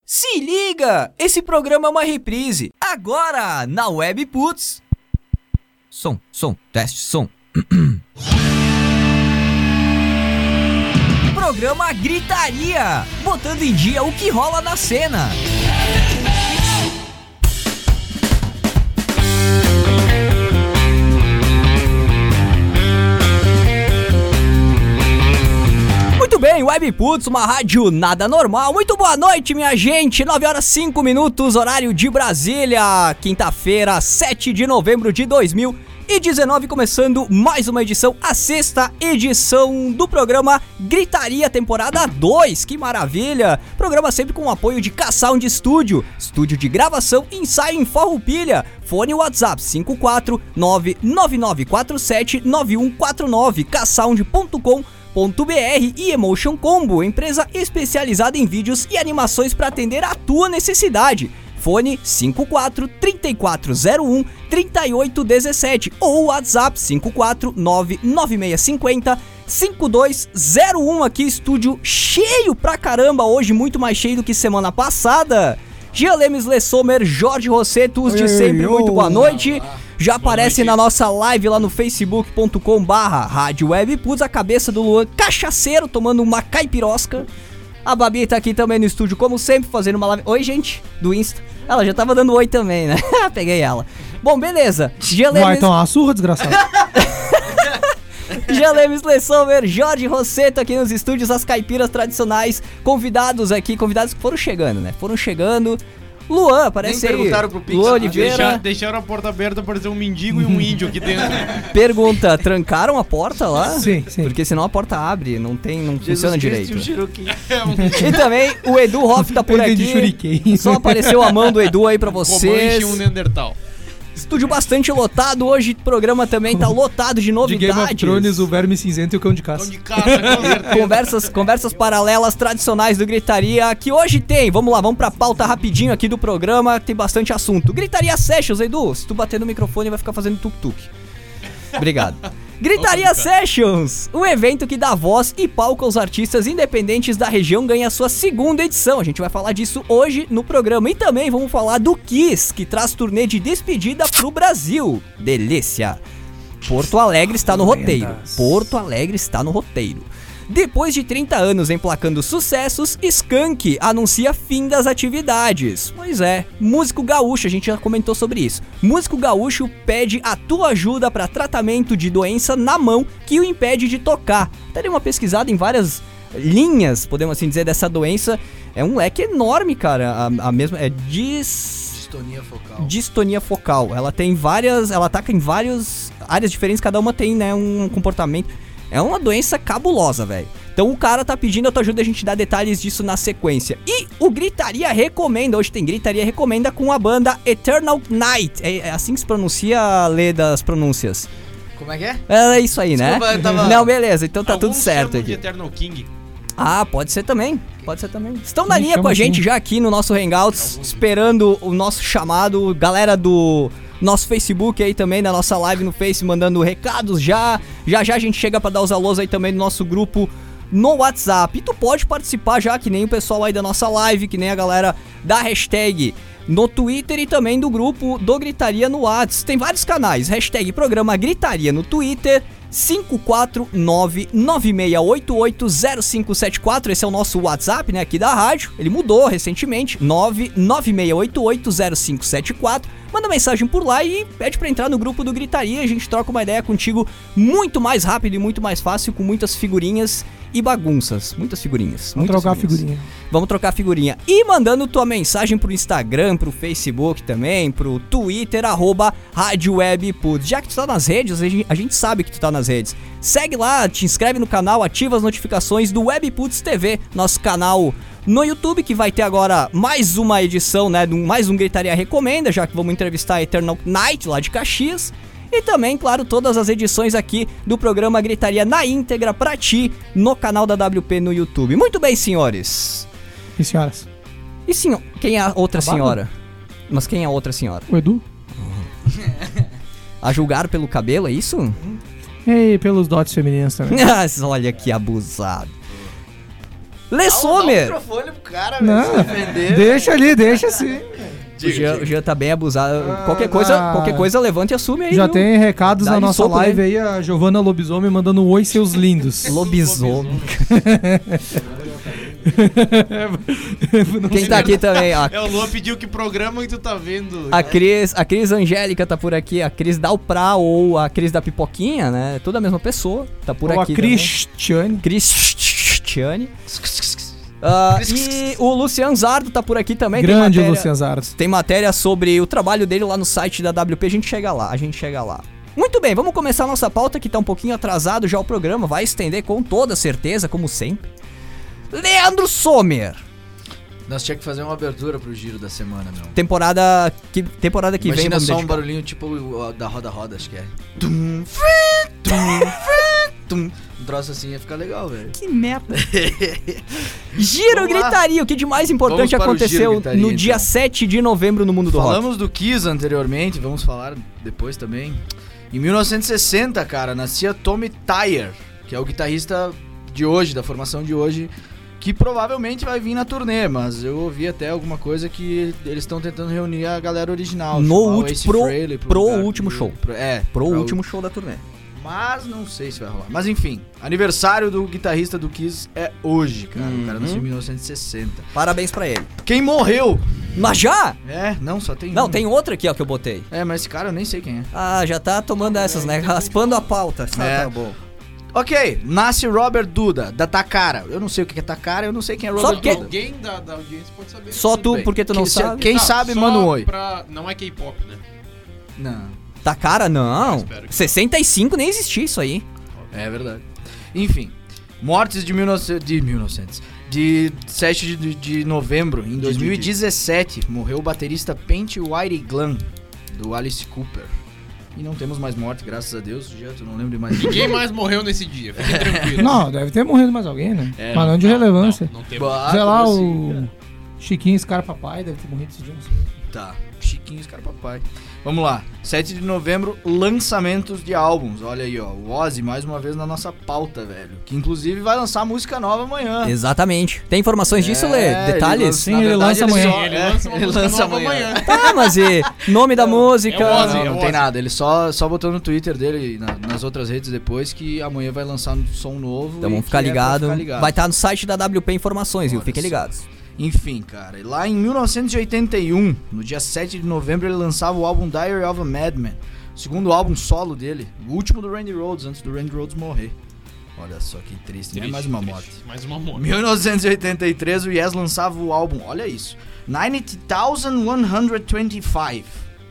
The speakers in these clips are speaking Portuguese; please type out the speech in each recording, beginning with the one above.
Se liga! Esse programa é uma reprise. Agora, na Web Puts. Som, teste, som. Programa Gritaria, botando em dia o que rola na cena. Muito bem, Web Puts, uma rádio nada normal. Muito boa noite, minha gente. 9 horas 5 minutos, horário de Brasília. Quinta-feira, 7 de novembro de 2019, começando mais uma edição, a sexta edição do programa Gritaria, temporada 2. Que maravilha! Programa sempre com o apoio de K-Sound Studio, estúdio de gravação e ensaio em Farroupilha. Fone WhatsApp 54999479149, ksound.com.br e Emotion Combo, empresa especializada em vídeos e animações para atender a tua necessidade. Fone 54-3401-3817 ou WhatsApp 5499650-5201. Aqui, estúdio cheio pra caramba hoje, muito mais cheio do que semana passada. Jean Lemes, Le Sommer, Jorge Rosseto, os de sempre, muito boa noite. Já aparece na nossa live lá no facebook.com/Rádio Web Puts, a cabeça do Luan cachaceiro tomando uma caipirosca. A Babi tá aqui também no estúdio, como sempre, fazendo uma live. Oi, gente, do Insta. Ela já tava dando oi também, né? Peguei ela. Bom, beleza. Vai tomar uma surra, desgraçado. Jean Lemes, Le Sommer, Jorge Rosseto aqui nos estúdios, as caipiras tradicionais. Convidados aqui, convidados que foram chegando, né? Foram chegando. Luan, aparece aí. Perguntaram pro Pix. Luan Oliveira. Deixaram a porta aberta, apareceu um mendigo e um índio aqui dentro. Pergunta, trancaram a porta lá? Sim. Porque senão a porta abre, não funciona direito. Um E também o Edu Hoff tá por aqui. Só apareceu a mão do Edu aí pra vocês. Comande um Neandertal. Estúdio bastante lotado, hoje o programa também tá lotado de novidades. De Game of Thrones, o Verme Cinzento e o Cão de Caça. Conversas paralelas tradicionais do Gritaria, que hoje tem, vamos pra pauta rapidinho aqui do programa, tem bastante assunto. Gritaria Sessions, Edu, se tu bater no microfone vai ficar fazendo tuk-tuk. Obrigado. Gritaria Sessions, o evento que dá voz e palco aos artistas independentes da região, ganha sua segunda edição. A gente vai falar disso hoje no programa. E também vamos falar do Kiss, que traz turnê de despedida pro Brasil. Delícia! Porto Alegre está no roteiro. Depois de 30 anos emplacando sucessos, Skank anuncia fim das atividades. Pois é, músico gaúcho, a gente já comentou sobre isso. Músico gaúcho pede a tua ajuda para tratamento de doença na mão que o impede de tocar. Dei uma pesquisada em várias linhas, podemos assim dizer, dessa doença. É um leque enorme, cara. A mesma é distonia focal. Ela tem várias, ela ataca em várias áreas diferentes, cada uma tem, né, um comportamento. É uma doença cabulosa, velho. Então o cara tá pedindo a tua ajuda, a gente dá detalhes disso na sequência. E o Gritaria Recomenda, hoje tem Gritaria Recomenda com a banda Eternal Night. É assim que se pronuncia, a lei das pronúncias. Como é que é? É isso aí, Desculpa, né? eu tava... Não, beleza, então tá tudo certo aqui. De Eternal King. Ah, pode ser também. Estão na linha com a gente já aqui no nosso Hangouts, esperando o nosso chamado. Galera do nosso Facebook aí também, na nossa live no Face, mandando recados já. Já a gente chega pra dar os alôs aí também no nosso grupo no WhatsApp. E tu pode participar já, que nem o pessoal aí da nossa live, que nem a galera da hashtag no Twitter e também do grupo do Gritaria no WhatsApp. Tem vários canais, hashtag programa Gritaria no Twitter, 54996880574, esse é o nosso WhatsApp, né, aqui da rádio. Ele mudou recentemente, 996880574. Manda mensagem por lá e pede pra entrar no grupo do Gritaria. A gente troca uma ideia contigo muito mais rápido e muito mais fácil, com muitas figurinhas e bagunças. Muitas figurinhas. Vamos trocar figurinha. Vamos trocar figurinha. E mandando tua mensagem pro Instagram, pro Facebook também, pro Twitter, @Rádio Web Puts. Já que tu tá nas redes, a gente sabe que tu tá nas redes. Segue lá, te inscreve no canal, ativa as notificações do Web Puts TV, nosso canal no YouTube, que vai ter agora mais uma edição, né, mais um Gritaria Recomenda, já que vamos entrevistar a Eternal Night lá de Caxias. E também, claro, todas as edições aqui do programa Gritaria na íntegra pra ti no canal da WP no YouTube. Muito bem, senhores. E senhoras? E quem é a outra senhora? Mas quem é a outra senhora? O Edu. A julgar pelo cabelo, é isso? E pelos dotes femininos também. Olha que abusado. Lê Sommer! Dá o microfone pro cara, velho, se Não, defender. deixa ali, deixa assim. O Jean tá bem abusado. Qualquer coisa, levanta e assume aí. Já viu? tem recados Dá-lhe na nossa soco, live né? aí, a Giovana Lobisomem mandando um oi, seus lindos. Lobisomem. Quem tá aqui também, ó. O Luan pediu que programa que tu tá vendo. A Cris Angélica tá por aqui, a Cris Dalprá ou a Cris da Pipoquinha, né? Toda a mesma pessoa, tá por Ou aqui a Cristiane. Cristiane. E o Lucian Zardo tá por aqui também. Grande tem Lucian Zardo. Tem matéria sobre o trabalho dele lá no site da WP, a gente chega lá. Muito bem, vamos começar a nossa pauta que tá um pouquinho atrasado já o programa, vai estender com toda certeza, como sempre. Leandro Sommer. Nós tinha que fazer uma abertura pro giro da semana, meu. Temporada que vem, Imagina vamos só um dedicar. barulhinho tipo o da roda-roda, acho que é. Um troço assim ia ficar legal, velho. Que merda. Giro Vamos lá. Gritaria, o que de mais importante Vamos para o aconteceu Giro Gritaria, no dia então. 7 de novembro no mundo do rock? Falamos do Kiss anteriormente, vamos falar depois também. Em 1960, cara, nascia Tommy Thayer, que é o guitarrista de hoje, da formação de hoje, que provavelmente vai vir na turnê, mas eu ouvi até alguma coisa que eles estão tentando reunir a galera original. No chamar o ulti- Ace pro- Frehley pro lugar último show. Pro pra último show da turnê. Mas não sei se vai rolar. Mas enfim, aniversário do guitarrista do Kiss é hoje, cara. O cara nasceu em 1960. Parabéns pra ele. Quem morreu? Mas já? É, não, só tem Não, um. tem outra aqui, ó, que eu botei. É, mas esse cara eu nem sei quem é. Ah, já tá tomando essas, né? Raspando a pauta. É. Tá bom. Ok, nasce Robert Duda, da Takara. Eu não sei o que é Takara, eu não sei quem é Só Robert porque- Duda. Alguém da audiência pode saber. Só Tudo tu, bem. porque tu não Que- sabe. Quem sabe, só manda um oi. Não é K-pop, né? Não, Tá cara? Não. Espero que 65 nem existia isso aí. é verdade. Enfim, mortes de 7 de novembro, em 2017, morreu o baterista Penty Whitey Glenn, do Alice Cooper. E não temos mais mortes, graças a Deus. Já tu não lembro de mais Ninguém mais morreu nesse dia, fiquem tranquilos. Não, deve ter morrido mais alguém, né? É, Mas não de relevância. Não tem Bah, Sei lá, como o assim, Chiquinho Scarpa Pai deve ter morrido esse dia, não sei. Tá, Chiquinho, esse cara papai. Vamos lá, 7 de novembro, lançamentos de álbuns. Olha aí, ó, o Ozzy mais uma vez na nossa pauta, velho. Que inclusive vai lançar música nova amanhã. Exatamente. Tem informações disso, Lê? É, Detalhes? Sim, ele lança amanhã. Ele lança uma música nova amanhã. Tá, mas e nome da música? É o Ozzy. Não tem nada, ele só botou no Twitter dele e nas outras redes depois que amanhã vai lançar um som novo. Então e vamos ficar que é pra ligado. ficar ligado. Vai estar no site da WP Informações, viu? Olha Fiquem só. ligados. Enfim, cara, lá em 1981, no dia 7 de novembro, ele lançava o álbum Diary of a Madman, o segundo álbum solo dele, o último do Randy Rhoads, antes do Randy Rhoads morrer. Olha só que triste, né? Mais uma morte. Mais uma morte. 1983, o Yes lançava o álbum, olha isso, 90,125.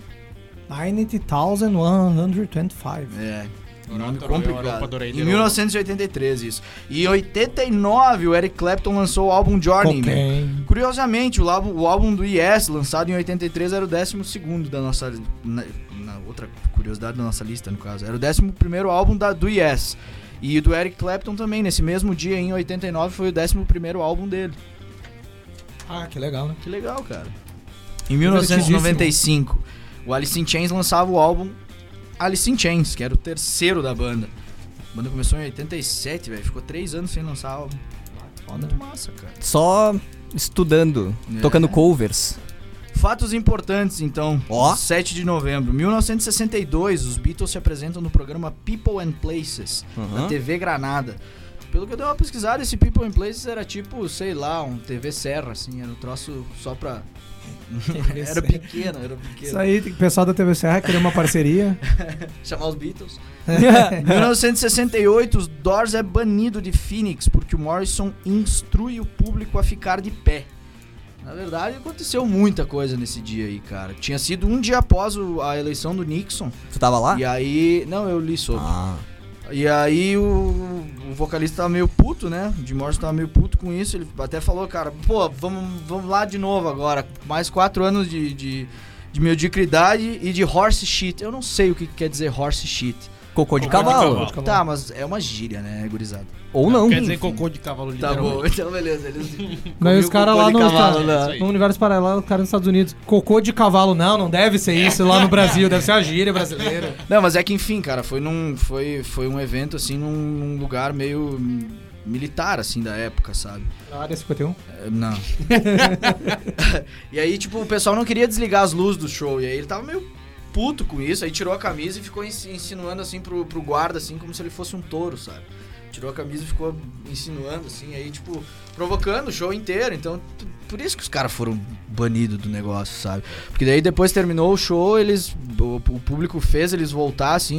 90,125. É, nome Europa, complicado. adorei, Em 1983, isso. E em 89, o Eric Clapton lançou o álbum Journeyman. Cocaine. Curiosamente, o álbum do Yes, lançado em 83, era o 12º da nossa... Na outra curiosidade da nossa lista, no caso. Era o 11º álbum do Yes. E o do Eric Clapton também, nesse mesmo dia, em 89, foi o 11º álbum dele. Ah, que legal, né? Que legal, cara. Em 1995, o Alice in Chains lançava o álbum Alice in Chains, que era o terceiro da banda. A banda começou em 87, velho. Ficou 3 anos sem lançar álbum. Muito massa, cara. Só estudando, É. tocando covers. Fatos importantes, então. Ó. 7 de novembro. 1962, os Beatles se apresentam no programa People and Places, Uhum. da TV Granada. Pelo que eu dei uma pesquisada, esse People and Places era tipo, sei lá, um TV Serra, assim. Era um troço só pra... era pequeno. Isso aí, o pessoal da TV Serra queria uma parceria. Chamar os Beatles. Em 1968, os Doors é banido de Phoenix porque o Morrison instrui o público a ficar de pé. Na verdade, aconteceu muita coisa nesse dia aí, cara. Tinha sido um dia após a eleição do Nixon. Tu tava lá? E aí... Não, eu li sobre. Ah. E aí o vocalista tava meio puto, né? O Jim Morrison tava meio puto com isso. Ele até falou, cara, pô, vamos lá de novo agora. Mais 4 anos de mediocridade e de horse shit. Eu não sei o que quer dizer horse shit. Cocô de Cocô de cavalo. cavalo. Tá, mas é uma gíria, né, gurizada? Ou não. Quer dizer enfim. cocô de cavalo, Tá literalmente. bom, então beleza. Eles Daí os caras lá cocô de cavalo, no, né? isso aí. no universo paralelo, os caras nos Estados Unidos. Cocô de cavalo, não deve ser isso lá no Brasil, deve ser a gíria brasileira. Não, mas é que enfim, cara, foi um evento assim num lugar meio militar, assim, da época, sabe? Na área 51? Não. E aí, tipo, o pessoal não queria desligar as luzes do show. E aí ele tava meio puto com isso. Aí tirou a camisa e ficou insinuando, assim, pro guarda, assim, como se ele fosse um touro, sabe? Tirou a camisa e ficou insinuando, assim, aí, tipo, provocando o show inteiro. Então, por isso que os caras foram banidos do negócio, sabe? Porque daí depois terminou o show, o público fez eles voltar, assim,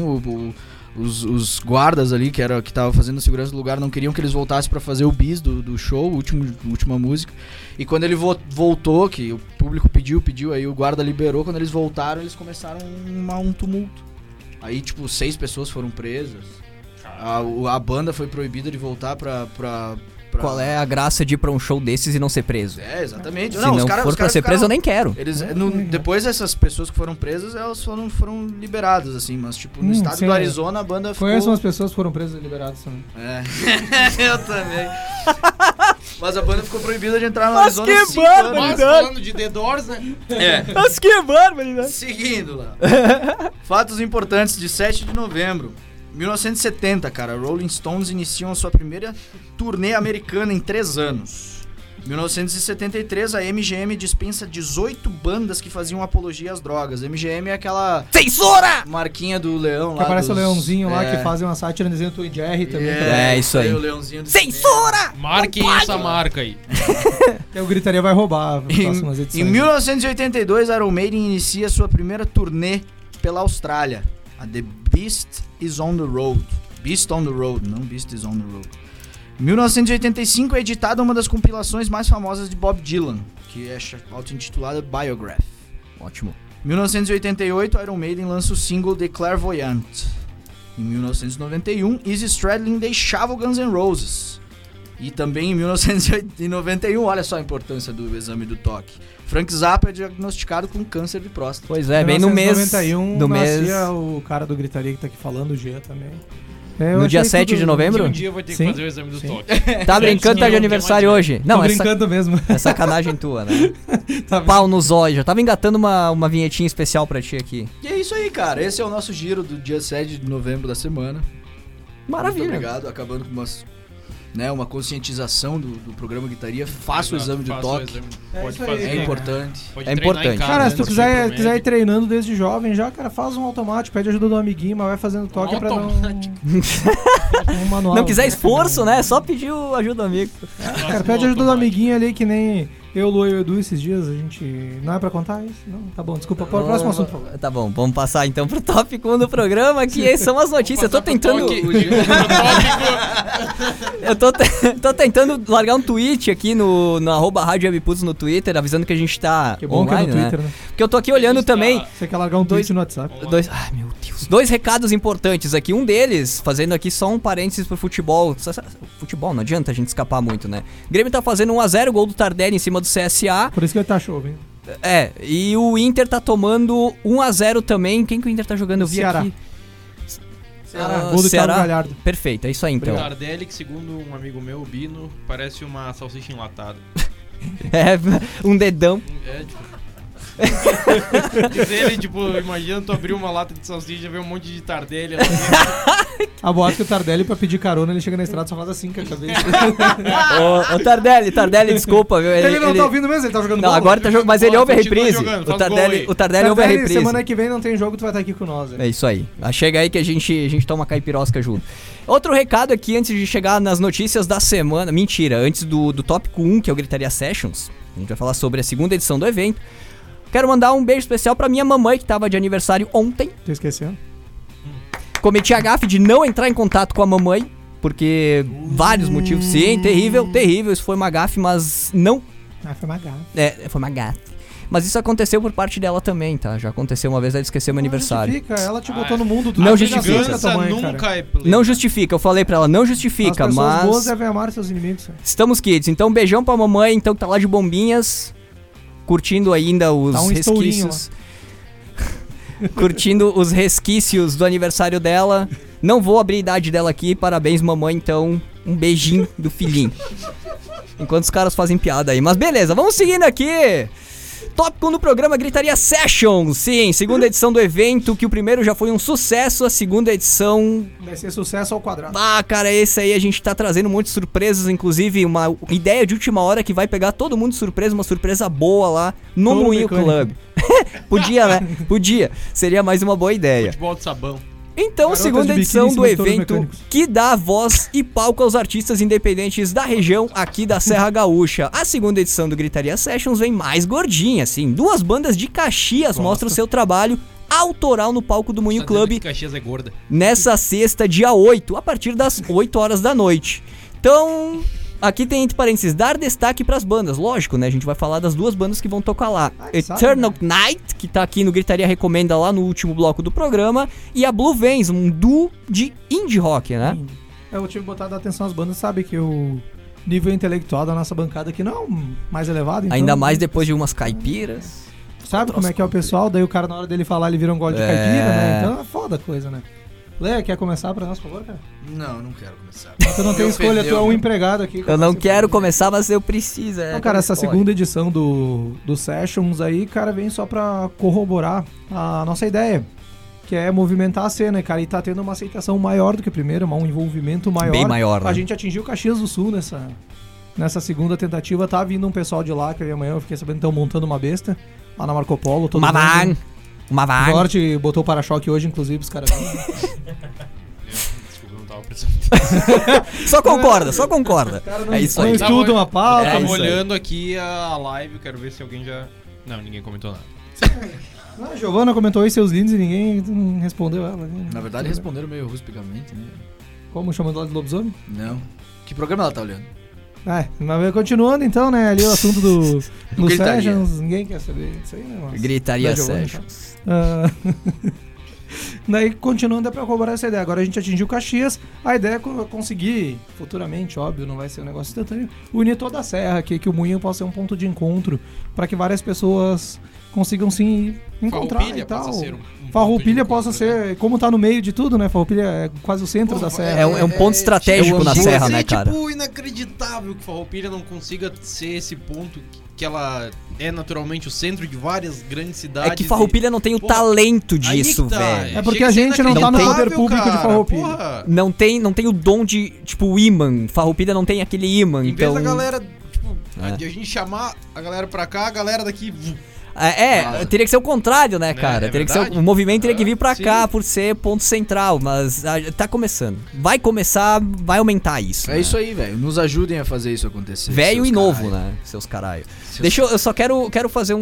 os guardas ali, que estavam fazendo segurança do lugar, não queriam que eles voltassem pra fazer o bis do show, última música. E quando ele voltou, que o público pediu, aí o guarda liberou, quando eles voltaram, eles começaram um tumulto. Aí, tipo, 6 pessoas foram presas. A banda foi proibida de voltar pra... Qual é a graça de ir pra um show desses e não ser preso? É, exatamente. Se não for pra ser preso, eu nem quero. Depois essas pessoas que foram presas, elas foram liberadas, assim. Mas, tipo, no estado do Arizona, a banda ficou... Conheço umas pessoas que foram presas e liberadas também. Eu também. Mas a banda ficou proibida de entrar no Mas Arizona que 5 barbaridade! anos. Mas falando de The Doors, né? Mas que barbaridade! Seguindo lá. Fatos importantes de 7 de novembro. 1970, cara, Rolling Stones iniciam a sua primeira turnê americana em 3 anos. 1973, a MGM dispensa 18 bandas que faziam apologia às drogas. MGM é aquela... Censura! Marquinha do leão lá. Que aparece o leãozinho lá, que fazem uma sátira no desenho do Tom e Jerry também. É, isso aí. O leãozinho do Censura! Marquem essa marca aí. Que o Gritaria vai roubar as próximas Em edições. 1982, Iron Maiden inicia sua primeira turnê pela Austrália. A The Beast is on the Road. Beast on the Road, não Beast is on the Road. Em 1985 é editada uma das compilações mais famosas de Bob Dylan, que é auto-intitulada Biograph. Ótimo. Em 1988, Iron Maiden lança o single The Clairvoyant. Em 1991, Izzy Stradlin deixava o Guns N' Roses. E também em 1991, olha só a importância do exame do toque, Frank Zappa é diagnosticado com câncer de próstata. Pois é, bem no mês... 1991 do mês... nascia o cara do Gritaria que tá aqui falando, o Gia também. No dia 7 de novembro? Um dia vai ter que Sim. fazer o exame do toque. Tá brincando, tá de aniversário hoje. Não, Tô brincando mesmo. é sacanagem tua, né? Tá Pau nos olhos. Já tava engatando uma vinhetinha especial pra ti aqui. E é isso aí, cara. Esse é o nosso giro do dia 7 de novembro da semana. Maravilha. Muito obrigado. Acabando com uma conscientização do programa Guitaria. Faça o exame de Faça toque. o exame. É Pode isso aí, fazer. É importante. Pode É treinar importante. em casa, Cara, né? se tu Não quiser promete. ir treinando desde jovem já, cara, faz um automático, pede ajuda do amiguinho, mas vai fazendo toque pra dar um manual. Não quiser esforço, né? Só pedir ajuda do amigo. Cara, pede ajuda do amiguinho ali, que nem eu, Lu e o Edu esses dias, a gente... Não é pra contar isso? Não? Tá bom, desculpa. Próximo assunto, por favor. Tá bom, vamos passar então pro tópico 1 do programa, que são as notícias. Eu tô tentando... Eu tô tentando largar um tweet aqui no @ Rádio Webputs no Twitter, avisando que a gente tá Que bom online, que é no Twitter, né? Porque eu tô aqui olhando também... Você quer largar um tweet no WhatsApp? Ai, meu Deus. 2 recados importantes aqui. Um deles, fazendo aqui só um parênteses pro futebol. Futebol, não adianta a gente escapar muito, né? O Grêmio tá fazendo 1-0, gol do Tardelli em cima do CSA. Por isso que ele tá chovendo. É, e o Inter tá tomando 1-0 também. Quem que o Inter tá jogando? Eu vi Ceará. aqui. Gol do Ceará. Thiago Galhardo. Perfeito, é isso aí então. Tardelli, que segundo um amigo meu, o Bino, parece uma salsicha enlatada. É, um dedão. É, tipo... Diz ele, tipo, imagina tu abrir uma lata de salsicha e ver um monte de Tardelli assim. A boate que o Tardelli, pra pedir carona, ele chega na estrada e só faz assim com a cabeça. Ô, Tardelli, desculpa, viu? Ele não tá ouvindo mesmo, ele tá jogando Não, bola. agora tá jogando, mas ele ouve a Continua reprise. jogando, O faz gol aí. Tardelli ouve a reprise. Semana que vem não tem jogo, tu vai estar aqui com nós. Né? É isso aí. Chega aí que a gente toma caipirosca junto. Outro recado aqui antes de chegar nas notícias da semana. Mentira, antes do tópico 1, que é o Gritaria Sessions. A gente vai falar sobre a segunda edição do evento. Quero mandar um beijo especial pra minha mamãe, que tava de aniversário ontem. Tô esquecendo. Cometi a gafe de não entrar em contato com a mamãe, porque vários motivos. Sim, terrível. Isso foi uma gafe, mas não... Ah, foi uma gafa. Foi uma gafe. Mas isso aconteceu por parte dela também, tá? Já aconteceu uma vez, ela esqueceu meu aniversário. Justifica, ela te botou no mundo. Não tu justifica. a tua mãe, cara. Nunca é Não justifica, eu falei pra ela, não justifica, As pessoas mas... boas devem amar seus inimigos. Cara. Estamos kids. Então, beijão pra mamãe, então, que tá lá de bombinhas, curtindo ainda os Tá um resquícios. Curtindo os resquícios do aniversário dela. Não vou abrir a idade dela aqui, parabéns, mamãe, então, um beijinho do filhinho. Enquanto os caras fazem piada aí. Mas beleza, vamos seguindo aqui. Tópico 1 do programa Gritaria Sessions. Sim, segunda edição do evento, que o primeiro já foi um sucesso, a segunda edição... Vai ser sucesso ao quadrado. Ah, cara, esse aí a gente tá trazendo muitas surpresas, inclusive uma ideia de última hora que vai pegar todo mundo de surpresa, uma surpresa boa lá no Todo Moinho mecânico. Club. Podia, né? Podia. Seria mais uma boa ideia. Futebol de sabão. Então, Garotas segunda de biquíni edição em do cima de todos os evento mecânicos. que dá voz e palco aos artistas independentes da região aqui da Serra Gaúcha. A segunda edição do Gritaria Sessions vem mais gordinha, assim. 2 bandas de Caxias mostram seu trabalho autoral no palco do Moinho Tá dizendo Club que Caxias é gorda. nessa sexta, dia 8, a partir das 8 horas da noite. Então, aqui tem entre parênteses, dar destaque pras bandas. Lógico, né? A gente vai falar das 2 bandas que vão tocar lá. que sabe, Eternal Night, que tá aqui no Gritaria Recomenda lá no último bloco do programa. E a Blue Veins, um duo de indie rock, né? Eu tive botado atenção às bandas, sabe que o nível intelectual da nossa bancada aqui não é o mais elevado. Então, Ainda mais depois de umas caipiras. Sabe como é que é o pessoal? Daí o cara, na hora dele falar, ele vira um gole de caipira, né? Então é foda a coisa, né? Lê, quer começar pra nós, por favor, cara? Não quero começar. Tu não tem Me escolha, tu é ofendeu, um né? empregado aqui. Eu não quero começar, mas eu preciso. Não, cara, essa segunda edição do Sessions aí, cara, vem só pra corroborar a nossa ideia, que é movimentar a cena, cara, e tá tendo uma aceitação maior do que a primeira, um envolvimento maior. Bem maior, né? A gente atingiu Caxias do Sul nessa segunda tentativa, tá vindo um pessoal de lá, que eu e amanhã eu fiquei sabendo que estão montando uma besta lá na Marco Polo. Todo Uma mundo- van. Uma O van. Norte botou o para-choque hoje, inclusive, os caras. Desculpa, eu não tava pensando. Só concorda, só concorda. É isso Não aí. estudam a pauta. É Tava isso aí. olhando aqui a live, quero ver se alguém já... Não, ninguém comentou nada. A Giovana comentou aí seus lindos e ninguém respondeu ela. Né? Na verdade, responderam meio rusticamente, né? Como chamando ela de lobisomem? Não. Que programa ela tá olhando? Mas continuando então, né? Ali o assunto do Gritaria. Sessions, ninguém quer saber isso aí, né? Mas- Gritaria da Giovana, Sessions. Ah, Daí, continuando, é pra corroborar essa ideia. Agora a gente atingiu Caxias. A ideia é conseguir, futuramente, óbvio, não vai ser um negócio instantâneo, unir toda a serra aqui, que o Moinho possa ser um ponto de encontro para que várias pessoas consigam se encontrar Farroupilha e tal. possa ser um Farroupilha ponto de possa encontro, né? ser, como tá no meio de tudo, né? Farroupilha é quase o centro da serra. É um ponto estratégico na serra, né, cara? É tipo inacreditável que Farroupilha não consiga ser esse ponto que ela é naturalmente o centro de várias grandes cidades. É que Farroupilha não tem o Porra, talento Aí disso, que tá, velho. É porque chega a ser gente não tá no poder inacreditável, público de cara, Farroupilha. porra. Não tem o dom de, tipo, o imã. Farroupilha não tem aquele imã, Em então... vez da galera, tipo, É. de a gente chamar a galera pra cá, a galera daqui... Teria que ser o contrário, né, cara? É teria que ser verdade. o movimento teria que vir pra Sim. cá por ser ponto central, mas tá começando. Vai começar, vai aumentar isso. É isso aí, velho. Nos ajudem a fazer isso acontecer. Velho seus e novo, caralho. né? Seus caralho. Seus- Eu só quero fazer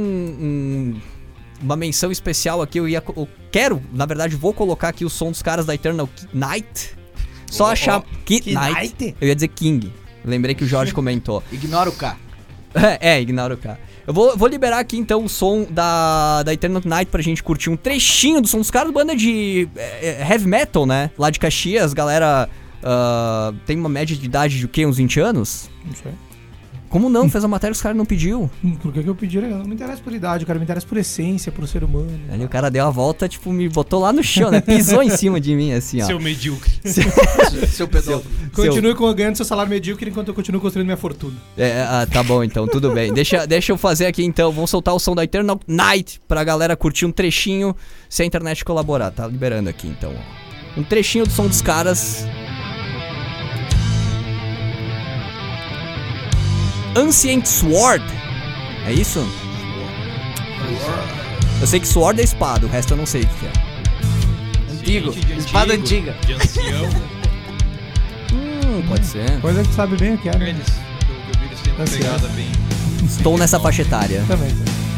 uma menção especial aqui. Eu quero, na verdade, vou colocar aqui o som dos caras da Eternal Night. Só achar. Que Night? Eu ia dizer King. Lembrei que o Jorge comentou. Ignora o K. Ignora o K. Eu vou liberar aqui então o som da Eternal Night pra gente curtir um trechinho do som dos caras, banda de heavy metal, né? Lá de Caxias, galera tem uma média de idade de o quê? Uns 20 anos? Não sei. Como não? Fez a matéria que os caras não pediu. Por que eu pedi? Eu não me interessa por idade, cara. Me interessa por essência, por ser humano. Ali o cara deu a volta, tipo, me botou lá no chão, né? Pisou em cima de mim, assim, ó. Seu medíocre. Seu pedófilo. Continue ganhando seu salário medíocre enquanto eu continuo construindo minha fortuna. Tá bom então, tudo bem. Deixa eu fazer aqui então, vamos soltar o som da Eternal Night pra galera curtir um trechinho, se a internet colaborar, tá liberando aqui então, ó. Um trechinho do som dos caras. Ancient Sword. É isso? Eu sei que Sword é espada, o resto eu não sei o que é. Antigo. Gente de Espada antigo, antiga. De ancião. Pode ser. Coisa que sabe bem o que é, né? Eles, pelo que eu vi, eles têm uma Ancião. pegada bem... Estou nessa faixa etária. Também.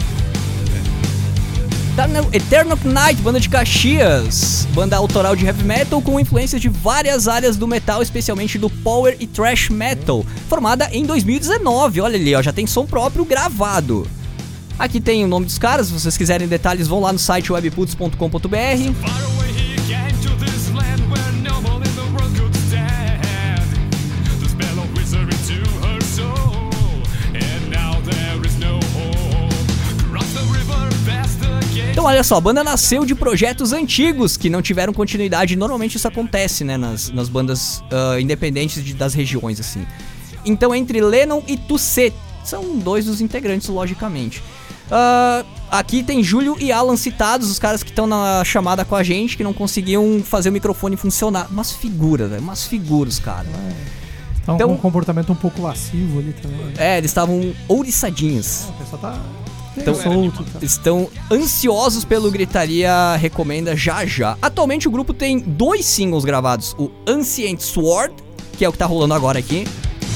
Eternal Night, banda de Caxias, banda autoral de heavy metal com influências de várias áreas do metal, especialmente do power e thrash metal, formada em 2019, olha ali, ó, já tem som próprio gravado. Aqui tem o nome dos caras, se vocês quiserem detalhes vão lá no site webputs.com.br. Far away he came to this land where no one in the world could stand. The spell of wizard into her soul, and now there is no hope. Cross the river past the gate. Então olha só, a banda nasceu de projetos antigos que não tiveram continuidade, normalmente isso acontece, né, nas bandas independentes das regiões, assim. Então entre Lennon e Tusset, são dois dos integrantes, logicamente. Aqui tem Júlio e Alan citados, os caras que estão na chamada com a gente, que não conseguiam fazer o microfone funcionar. Umas figuras, velho, umas figuras, cara. Então, Então- com um comportamento um pouco lascivo ali também. Eles estavam ouriçadinhos. O pessoal tá Então- solto. Tá. Estão ansiosos pelo Gritaria Recomenda já já. Atualmente o grupo tem 2 singles gravados. O Ancient Sword, que é o que tá rolando agora aqui.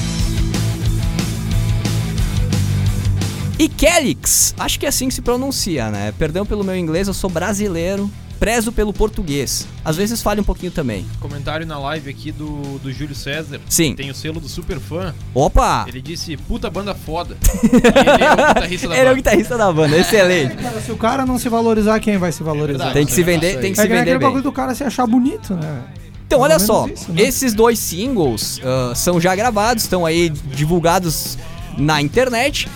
E Calyx, acho que é assim que se pronuncia, né? Perdão pelo meu inglês, eu sou brasileiro, prezo pelo português. Às vezes falha um pouquinho também. Comentário na live aqui do Júlio César. Sim. Tem o selo do super fã. Opa! Ele disse, puta banda foda. E ele é o guitarrista da Ele é o banda. guitarrista da banda, excelente. Cara, se o cara não se valorizar, quem vai se valorizar? Tem que se vender, tem que É se que nem vender aquele bem. bagulho do cara se achar bonito, né? Então, olha Mais ou só, menos isso, né? esses 2 singles são já gravados, estão aí divulgados na internet.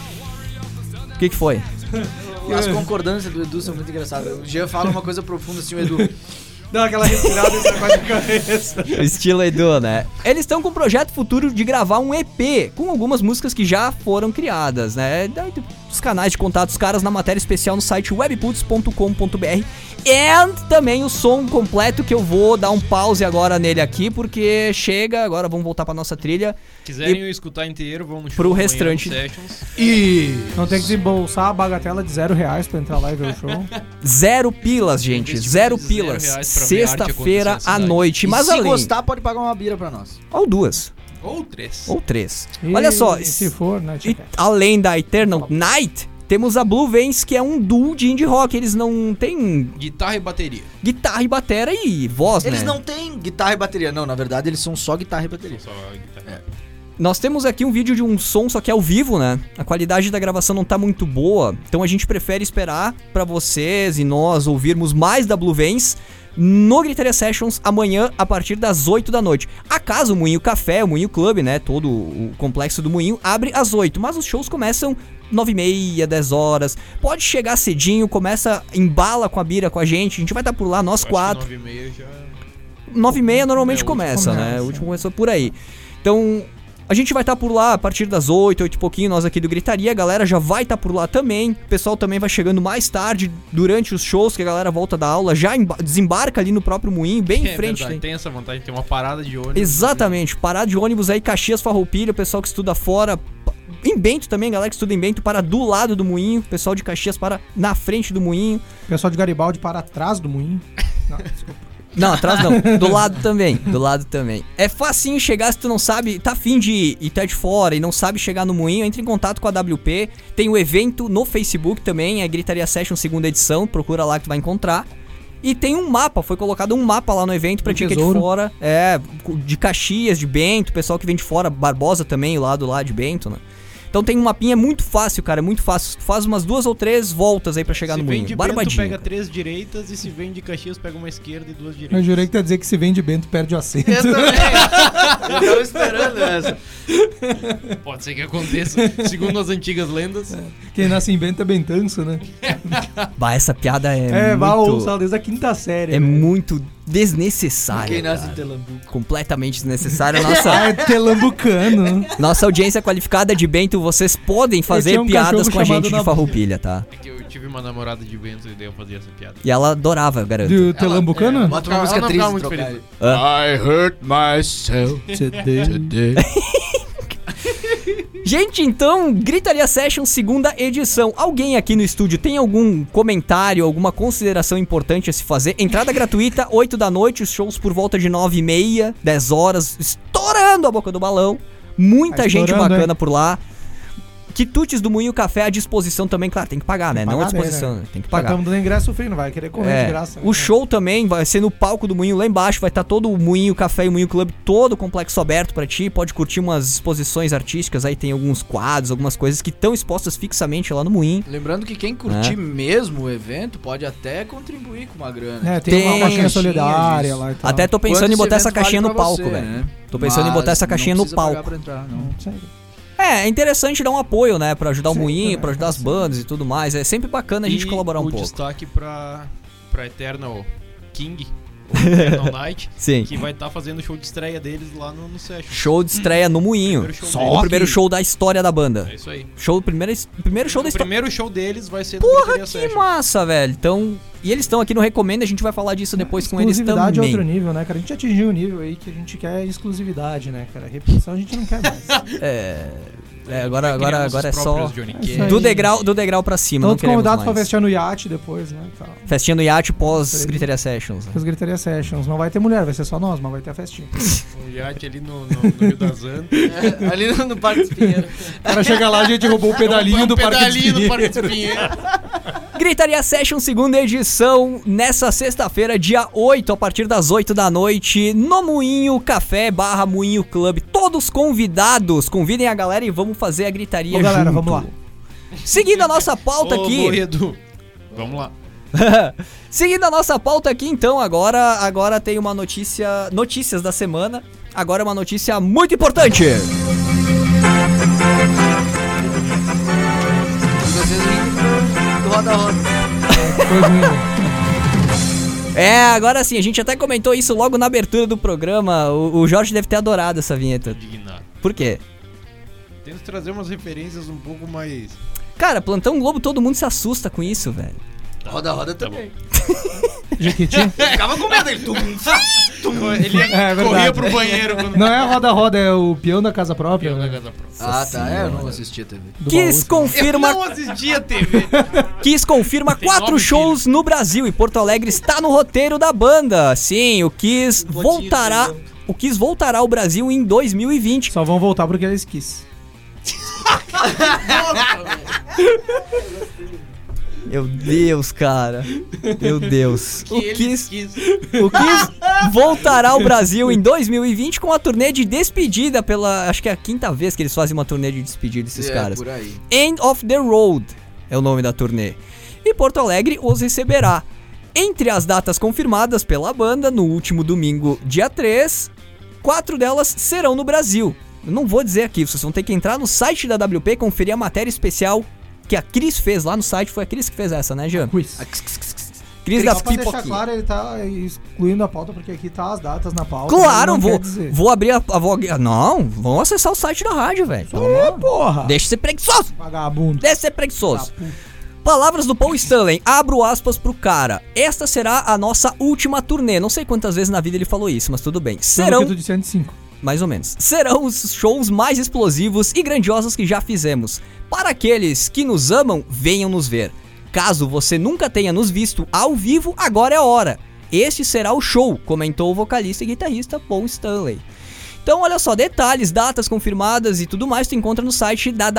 O que foi? As concordâncias do Edu são muito engraçadas. O Jean fala uma coisa profunda assim, o Edu. Dá aquela respirada e sai com a cabeça. Estilo Edu, né? Eles estão com um projeto futuro de gravar um EP com algumas músicas que já foram criadas, né? Os canais de contato dos caras na matéria especial no site webputs.com.br. E também o som completo, que eu vou dar um pause agora nele aqui, porque chega, agora vamos voltar pra nossa trilha. Quiserem escutar inteiro, vão no show Pro amanhã restante. no Sessions. E Não tem que desembolsar a bagatela de R$0 pra entrar lá e ver o show. 0 pilas, gente. Investimento 0 de pilas. R$0 pra ver a arte Sexta-feira acontecer na à cidade. noite. Mas se além. gostar, pode pagar uma bira pra nós. Ou 2. Ou 3. Ou 3. E Olha só. se for, né? E além da Eternal Night, temos a Blue Veins, que é um duo de indie rock. Eles não têm Guitarra e bateria. guitarra e batera e voz, Eles né? não têm guitarra e bateria. Não, na verdade, eles são só guitarra e bateria. Só guitarra. Nós temos aqui um vídeo de um som, só que é ao vivo, né? A qualidade da gravação não tá muito boa, então a gente prefere esperar pra vocês e nós ouvirmos mais da Blue Veins no Gritaria Sessions amanhã a partir das 8 da noite. Acaso o Moinho Café, o Moinho Club, né? Todo o complexo do Moinho abre às 8, mas os shows começam 9h30, 10 horas. Pode chegar cedinho, começa, embala com a bira com a gente vai estar por lá, nós 4. 9h30 já... 9h30 normalmente É, o último começa, né? começa. O último começou por aí. Então, a gente vai estar por lá a partir das 8 e pouquinho, nós aqui do Gritaria. A galera já vai estar por lá também. O pessoal também vai chegando mais tarde, durante os shows, que a galera volta da aula, já desembarca ali no próprio moinho, bem em frente. Verdade, Tem. tem essa vantagem, tem uma parada de ônibus. Exatamente, parada de ônibus aí, Caxias, Farroupilha, o pessoal que estuda fora. Em Bento também, galera que estuda em Bento, para do lado do moinho. O pessoal de Caxias para na frente do moinho. O pessoal de Garibaldi para atrás do moinho. Não, desculpa. Não, atrás não. Do lado também. Do lado também. É facinho chegar se tu não sabe, tá afim de ir tá de fora e não sabe chegar no moinho, entre em contato com a WP. Tem o evento no Facebook também, é Gritaria Session 2ª edição, procura lá que tu vai encontrar. E tem um mapa, foi colocado um mapa lá no evento pra ti que é de tesouro. fora. É, de Caxias, de Bento, pessoal que vem de fora, Barbosa também, o lado lá de Bento, né? Então tem um mapinha muito fácil, cara, muito fácil. Tu faz umas 2 ou 3 voltas aí pra chegar Se no vem moinho. de Bento, Barbadinho. pega cara. 3 direitas, e se vem de Caxias, pega uma esquerda e 2 Eu direitas. jurei que ia dizer que se vem de Bento, perde o assento. Eu também. Eu tava esperando essa. Pode ser que aconteça, segundo as antigas lendas. Quem nasce em Bento é bentanço, né? Bah, essa piada é vá muito... ouça desde a 5ª série. É né? muito desnecessária. Quem nasce em cara. Telambuco. Completamente desnecessária. Ah, Nossa, é telambucano. nossa audiência qualificada de Bento, vocês podem fazer tinha um piadas cachorro com a gente chamado de Nabu. Farroupilha, tá? É que eu tive uma namorada de Bento e daí eu fazia essa piada. E ela adorava, eu garanto. Do telambucano? Bota uma Ela música não triste. ficava muito trocar feliz. aí. I hurt myself today. Gente, então, Gritaria Session 2ª edição. Alguém aqui no estúdio tem algum comentário, alguma consideração importante a se fazer? Entrada gratuita, 8 da noite, os shows por volta de 9h30, 10 horas, estourando a boca do balão. Muita Tá gente estourando, bacana por lá. Quitutes do Moinho Café à disposição também, claro, tem que pagar, né? Não à pagar, disposição, né? tem que Pagar. pagar. Estamos dando ingresso free, não vai querer correr de graça. O show também vai ser no palco do Moinho lá embaixo, vai estar todo o Moinho Café e o Moinho Club, todo o complexo aberto pra ti, pode curtir umas exposições artísticas, aí tem alguns quadros, algumas coisas que estão expostas fixamente lá no Moinho. Lembrando que quem curtir mesmo o evento pode até contribuir com uma grana. É, tem Tem uma caixinha disso. solidária lá e tal. Até tô pensando Quanto em botar esse essa evento vale caixinha no pra palco, você, velho. né? Tô pensando em Mas botar essa caixinha não no precisa pagar palco. pra entrar, não. Sério. É interessante dar um apoio, né, pra ajudar o Sim, Moinho, é, pra ajudar as sim. bandas e tudo mais, é sempre bacana a gente E colaborar um o pouco. destaque pra Eternal King, Eternal Night, Sim. que vai estar fazendo o show de estreia deles lá no Session. Show de estreia no Moinho. Primeiro show Só deles. o primeiro show da história da banda. É isso aí. Primeiro show da O história. primeiro show deles vai ser no Porra, Gritaria que Session. massa, velho. Então, e eles estão aqui no Recomenda, a gente vai falar disso depois com eles Exclusividade é também. outro nível, né, cara? A gente atingiu o nível aí que a gente quer exclusividade, né, cara? Repetição a gente não quer mais. Agora Criamos os é só próprios Johnny isso Cash. aí. do degrau pra cima, não Todos queremos convidados pra mais. festinha no iate depois, né? Tal. Festinha no iate pós Isso aí. Gritaria Sessions. As Gritaria Sessions. Não vai ter mulher, vai ser só nós, mas vai ter a festinha. Um iate ali no Rio das Antas. Ali no Parque dos Pinheiros. O cara chega lá, a gente roubou o pedalinho do Parque dos pedalinho do Pinheiros. Parque dos Pinheiros. Gritaria Session, segunda edição, nessa sexta-feira, dia 8, a partir das 8 da noite, no Moinho Café / Moinho Club. Todos convidados, convidem a galera e vamos fazer a gritaria Ô, galera, junto. vamos lá. Seguindo a nossa pauta Ô, aqui. Moedo, vamos lá. Seguindo a nossa pauta aqui, então, agora tem uma notícias da semana. Agora é uma notícia muito importante. Vocês rindo do roda-roda. Foi ruim, né? Agora sim, a gente até comentou isso logo na abertura do programa. O Jorge deve ter adorado essa vinheta. Indignado. Por quê? Tento trazer umas referências um pouco mais... Cara, Plantão Globo, todo mundo se assusta com isso, velho. Roda-roda Tá também. Jequiti? Ficava com medo. Ele Ele É verdade. corria pro banheiro quando... Não é a roda-roda, é o peão da casa própria. Eu na né? casa própria. Ah, tá. Eu não assistia TV. Do Kiss baú, Eu confirma, não assistia TV. Kiss confirma Tem 4 9 shows no Brasil e Porto Alegre está no roteiro da banda. Sim, o Kiss voltará ao Brasil em 2020. Só vão voltar porque eles quis. Meu Deus, cara. Meu Deus. O Kiss quis. voltará ao Brasil em 2020 com a turnê de despedida pela... Acho que é a 5ª vez que eles fazem uma turnê de despedida, esses caras. Por aí. End of the Road é o nome da turnê. E Porto Alegre os receberá. Entre as datas confirmadas pela banda, no último domingo, dia 3, 4 delas serão no Brasil. Eu não vou dizer aqui, vocês vão ter que entrar no site da WP e conferir a matéria especial que a Cris fez lá no site. Foi a Cris que fez essa, né, Jean? Quiz. Cris das Só pra deixar pipoquinhas. claro, ele tá excluindo a pauta porque aqui tá as datas na pauta. Claro, ele não quer dizer. vou abrir a Não, vão acessar o site da rádio, velho. É, porra! Deixa de ser preguiçoso. Vagabundo. Deixa de ser preguiçoso. Tá, puta. Palavras do Paul Stanley, abro aspas pro cara. Esta será a nossa última turnê. Não sei quantas vezes na vida ele falou isso, mas tudo bem. Pelo Serão, que tu disse antes, 5. mais ou menos, serão os shows mais explosivos e grandiosos que já fizemos. Para aqueles que nos amam, venham nos ver. Caso você nunca tenha nos visto ao vivo, agora é a hora. Este será o show, comentou o vocalista e guitarrista Paul Stanley. Então, olha só, detalhes, datas confirmadas e tudo mais tu encontra no site da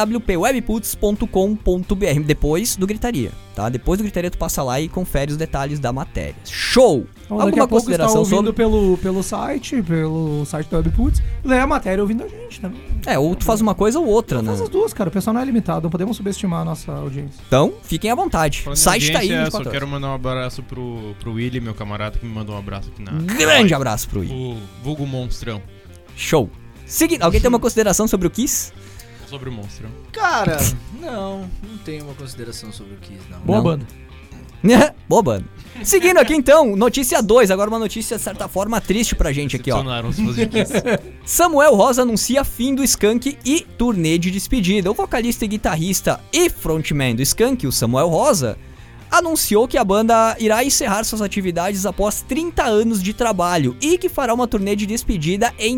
wpwebputs.com.br, depois do Gritaria, tá? Depois do Gritaria tu passa lá e confere os detalhes da matéria. Show! Então, daqui Alguma a pouco está consideração ouvindo sobre... pelo site da Webputs, lê a matéria ouvindo a gente também. Ou tu faz uma coisa ou outra, né? Faz as duas, cara. O pessoal não é limitado, não podemos subestimar a nossa audiência. Então, fiquem à vontade. O Falando em site tá aí audiência, 24 só horas. quero mandar um abraço pro Willy, meu camarada, que me mandou um abraço aqui na... Grande abraço pro I. O vulgo monstrão. Show! Seguindo, alguém tem uma consideração sobre o Kiss? Sobre o monstrão. Cara, não tenho uma consideração sobre o Kiss, não. Boa Não. banda. Boa banda. Seguindo aqui então, notícia 2, agora uma notícia de certa forma triste pra gente aqui, ó. Decepcionaram os fãs de Kiss. Samuel Rosa anuncia fim do Skank e turnê de despedida. O vocalista e guitarrista e frontman do Skank, o Samuel Rosa, anunciou que a banda irá encerrar suas atividades após 30 anos de trabalho e que fará uma turnê de despedida em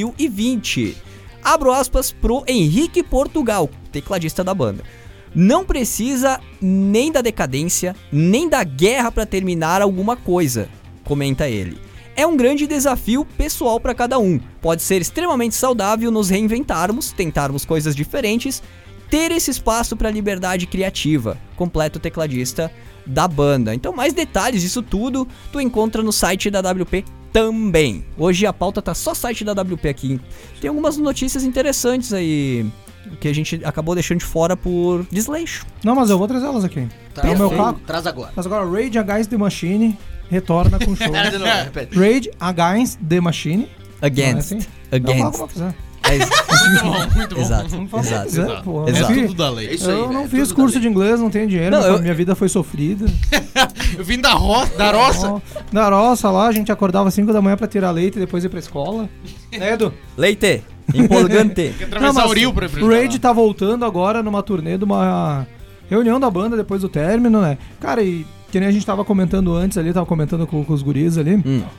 2020. Abro aspas pro Henrique Portugal, tecladista da banda. Não precisa nem da decadência, nem da guerra para terminar alguma coisa, comenta ele. É um grande desafio pessoal para cada um. Pode ser extremamente saudável nos reinventarmos, tentarmos coisas diferentes, ter esse espaço para liberdade criativa, completa o tecladista da banda. Então, mais detalhes disso tudo tu encontra no site da WP também. Hoje a pauta tá só site da WP aqui. Tem algumas notícias interessantes aí que a gente acabou deixando de fora por desleixo. Não, mas eu vou trazer elas aqui. Traz, É o meu carro. Traz agora. Mas agora, Rage Against the Machine retorna com show. Pera de novo, repete. Rage Against the Machine. Não é Against. assim? Against. Não, vamos fazer. É Muito bom. Exato, Não faço exato. dizer, pô. Exato. É tudo da lei. É isso aí, Eu não velho, fiz tudo curso da de inglês, não tenho dinheiro, Não, minha vida foi sofrida. Eu vim da roça. Ó, Na roça lá, a gente acordava às 5 da manhã pra tirar leite e depois ir pra escola. Né, Edu? Leite, empolgante. Tem que atravessar o rio pra o enfrentar Raid lá. tá voltando agora numa turnê de uma reunião da banda depois do término, né? Cara, e que nem a gente tava comentando antes ali, tava comentando com os guris ali.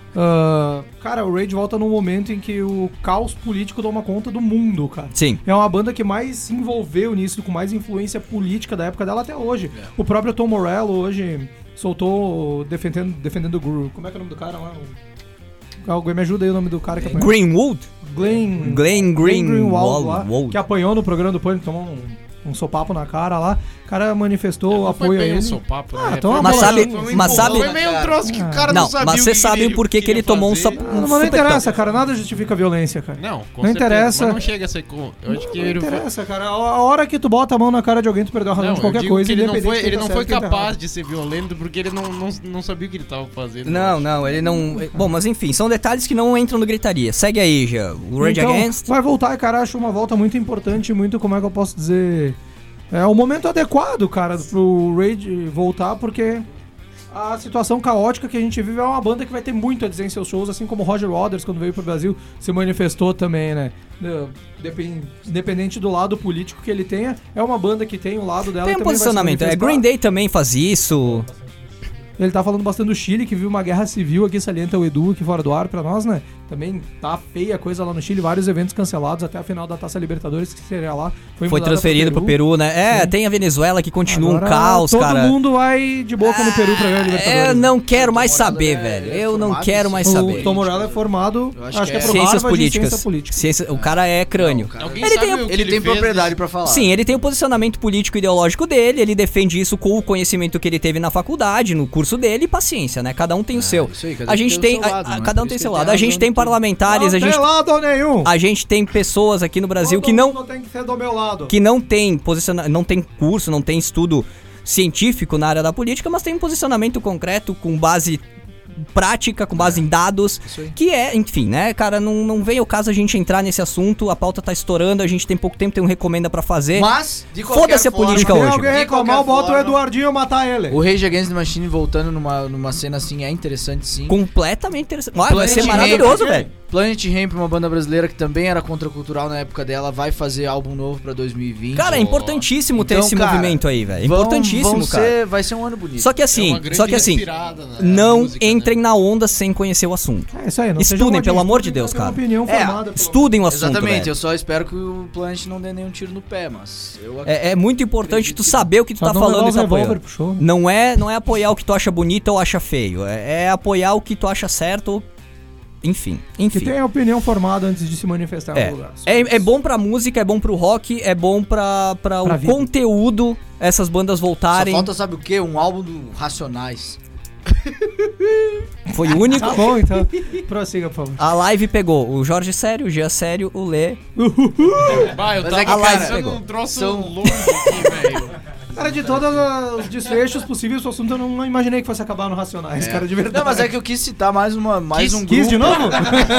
Cara, o Raid volta num momento em que o caos político toma conta do mundo, cara. Sim. É uma banda que mais se envolveu nisso, com mais influência política da época dela até hoje. O próprio Tom Morello hoje soltou defendendo o Guru. Como é que é o nome do cara lá? Alguém me ajuda aí o nome do cara que apanhou. Greenwood? Glenn Greenwald lá, Greenwald. que apanhou no programa do Pânico, tomou um sopapo na cara lá. O cara manifestou Não apoio foi a bem ele. um sopapo, Ah, né? então Foi mas uma sabe- bola, foi mas empurrão. sabe- Foi meio um troço que o cara não, Não, sabia mas o você que sabe por que queria ele tomou um fazer. sopapo. Mas não interessa, cara. Nada justifica a violência, cara. Não, com Não certeza, interessa. Mas não chega a ser... Eu acho que Não ele interessa, cara. A hora que tu bota a mão na cara de alguém, tu perdeu a razão Não, de eu qualquer digo coisa. que ele não independente foi, de quem ele tá não certo foi e quem tá capaz errado. de ser violento porque ele não sabia o que ele tava fazendo. Não, ele não... Bom, mas enfim, são detalhes que não entram no gritaria. Segue aí, já. O Rage Então, Against. vai voltar, cara. Acho uma volta muito importante, muito, como é que eu posso dizer... É o momento adequado, cara, pro Rage voltar, porque a situação caótica que a gente vive é uma banda que vai ter muito a dizer em seus shows, assim como o Roger Waters, quando veio pro Brasil, se manifestou também, né? Independente do lado político que ele tenha, é uma banda que tem o lado dela. Tem um também vai se posicionamento. manifestar. Green Day também faz isso. Ele tá falando bastante do Chile, que viu uma guerra civil aqui, salienta o Edu aqui fora do ar pra nós, né? Também tá feia a coisa lá no Chile, vários eventos cancelados, até a final da Taça Libertadores, que seria lá. Foi mudada transferido pro Peru, né? Sim. Tem a Venezuela que continua Agora, um caos, todo cara. mundo vai de boca no Peru pra ver a Libertadores. Eu não quero mais Tom Morello saber, é velho. Eu não formado quero em mais ciência saber. O Tom Morello é formado, Eu acho acho que é que pro é Ciências Harvard de políticas. ciência política. O cara é crânio. Cara, Alguém Ele sabe tem- o que ele tem fez? propriedade pra falar. Sim, ele tem o posicionamento político e ideológico dele, ele defende isso com o conhecimento que ele teve na faculdade, no curso dele, e paciência, né? Cada um tem o seu. isso aí, cada A um gente tem tem. o seu lado, não é Cada um por tem isso seu que ele lado. tem A gente razão tem em tudo. parlamentares, Não a gente. tem lado nenhum. A gente tem pessoas aqui no Brasil Todo que não. mundo tem que ser do meu lado. Que não tem não tem curso, não tem estudo científico na área da política, mas tem um posicionamento concreto com base prática, com base em dados, Isso aí. que é, enfim, né, cara, não vem ao caso a gente entrar nesse assunto, a pauta tá estourando, a gente tem pouco tempo, tem um recomenda pra fazer. Mas, de qualquer Foda-se a forma, política Se hoje, alguém de reclamar, qualquer bota o forma, Eduardinho matar ele. O Rage Against the Machine voltando numa cena assim é interessante, sim. Completamente interessante. Ah, vai ser Planet maravilhoso, Hemp, velho. Planet Hemp, uma banda brasileira que também era contracultural na época dela, vai fazer álbum novo pra 2020. Cara, é importantíssimo ter Então, esse cara, movimento aí, velho. Vão Importantíssimo, cara. Vai ser um ano bonito. Só que É assim, uma grande respirada na não música, né? entrem na onda sem conhecer o assunto. É isso aí, não Estudem, seja modinho, pelo amor de estudem Deus, pra ter uma cara. opinião É, formada. pelo- Estudem o assunto, Exatamente, velho. eu só espero que o Planet não dê nenhum tiro no pé, mas eu É muito importante tu saber o que tu Só tá não falando levar e os tá revólver apoiando. pro show. Não é apoiar o que tu acha bonito ou acha feio. É apoiar o que tu acha certo. Enfim. Que tem a opinião formada antes de se manifestar em algum lugar. Só É isso. bom pra música, é bom pro rock, é bom pra o vida. conteúdo, essas bandas Só voltarem. falta, sabe o quê? Um álbum do Racionais. Foi o único. Tá bom, então. Prossiga, por favor. A live pegou o Jorge Sério, o Gia Sério, o Lê. Bah, eu Mas tava é que, a live pensando pegou. num troço São- longe aqui, velho. Cara, de todos os desfechos possíveis do assunto, eu não imaginei que fosse acabar no Racionais, cara, de verdade. Não, mas é que eu quis citar mais um grupo. Kiss de novo?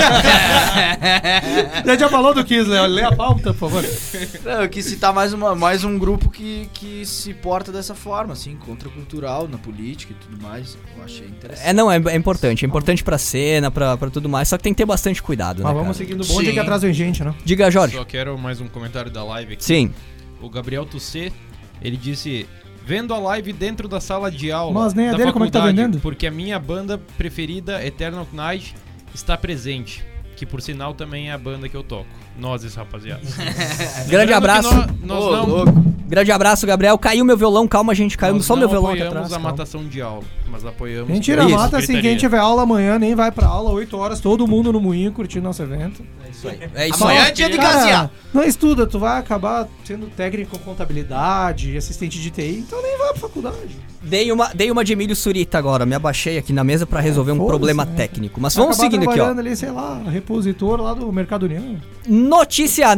Já falou do Kiss, Léo. Lê a pauta, por favor. Não, eu quis citar mais um grupo que se porta dessa forma, assim, contracultural na política e tudo mais. Eu achei interessante. É importante. É importante pra cena, pra tudo mais. Só que tem que ter bastante cuidado, Mas né, vamos cara? seguindo o bonde Sim. que atrás vem gente, né? Diga, Jorge. Só quero mais um comentário da live aqui. Sim. O Gabriel Tussê, ele disse: vendo a live dentro da sala de aula. Mas nem a da dele, como é que tá faculdade, vendendo? Porque a minha banda preferida, Eternal Night, está presente. Que por sinal também é a banda que eu toco. Nozes, rapaziada. Grande Lembrando abraço. que nós Ô, não, louco. Grande abraço, Gabriel. Caiu meu violão, calma, gente. Caiu nós só não meu violão aqui apoiamos atrás. a calma. matação de aula, mas apoiamos. Mentira, Isso, mata assim, gritaria. quem tiver aula amanhã nem vai pra aula, 8 horas, todo mundo no moinho curtindo nosso evento. É isso Amanhã aí. é dia de Cara, casear. não estuda, tu vai acabar sendo técnico em contabilidade, assistente de TI, então nem vai pra faculdade. Dei uma de Emílio Surita agora. Me abaixei aqui na mesa pra resolver um Foda-se, problema né? técnico. Mas Vai vamos acabar seguindo aqui, ó. trabalhando ali, sei lá, repositor lá do Mercado União. Notícia.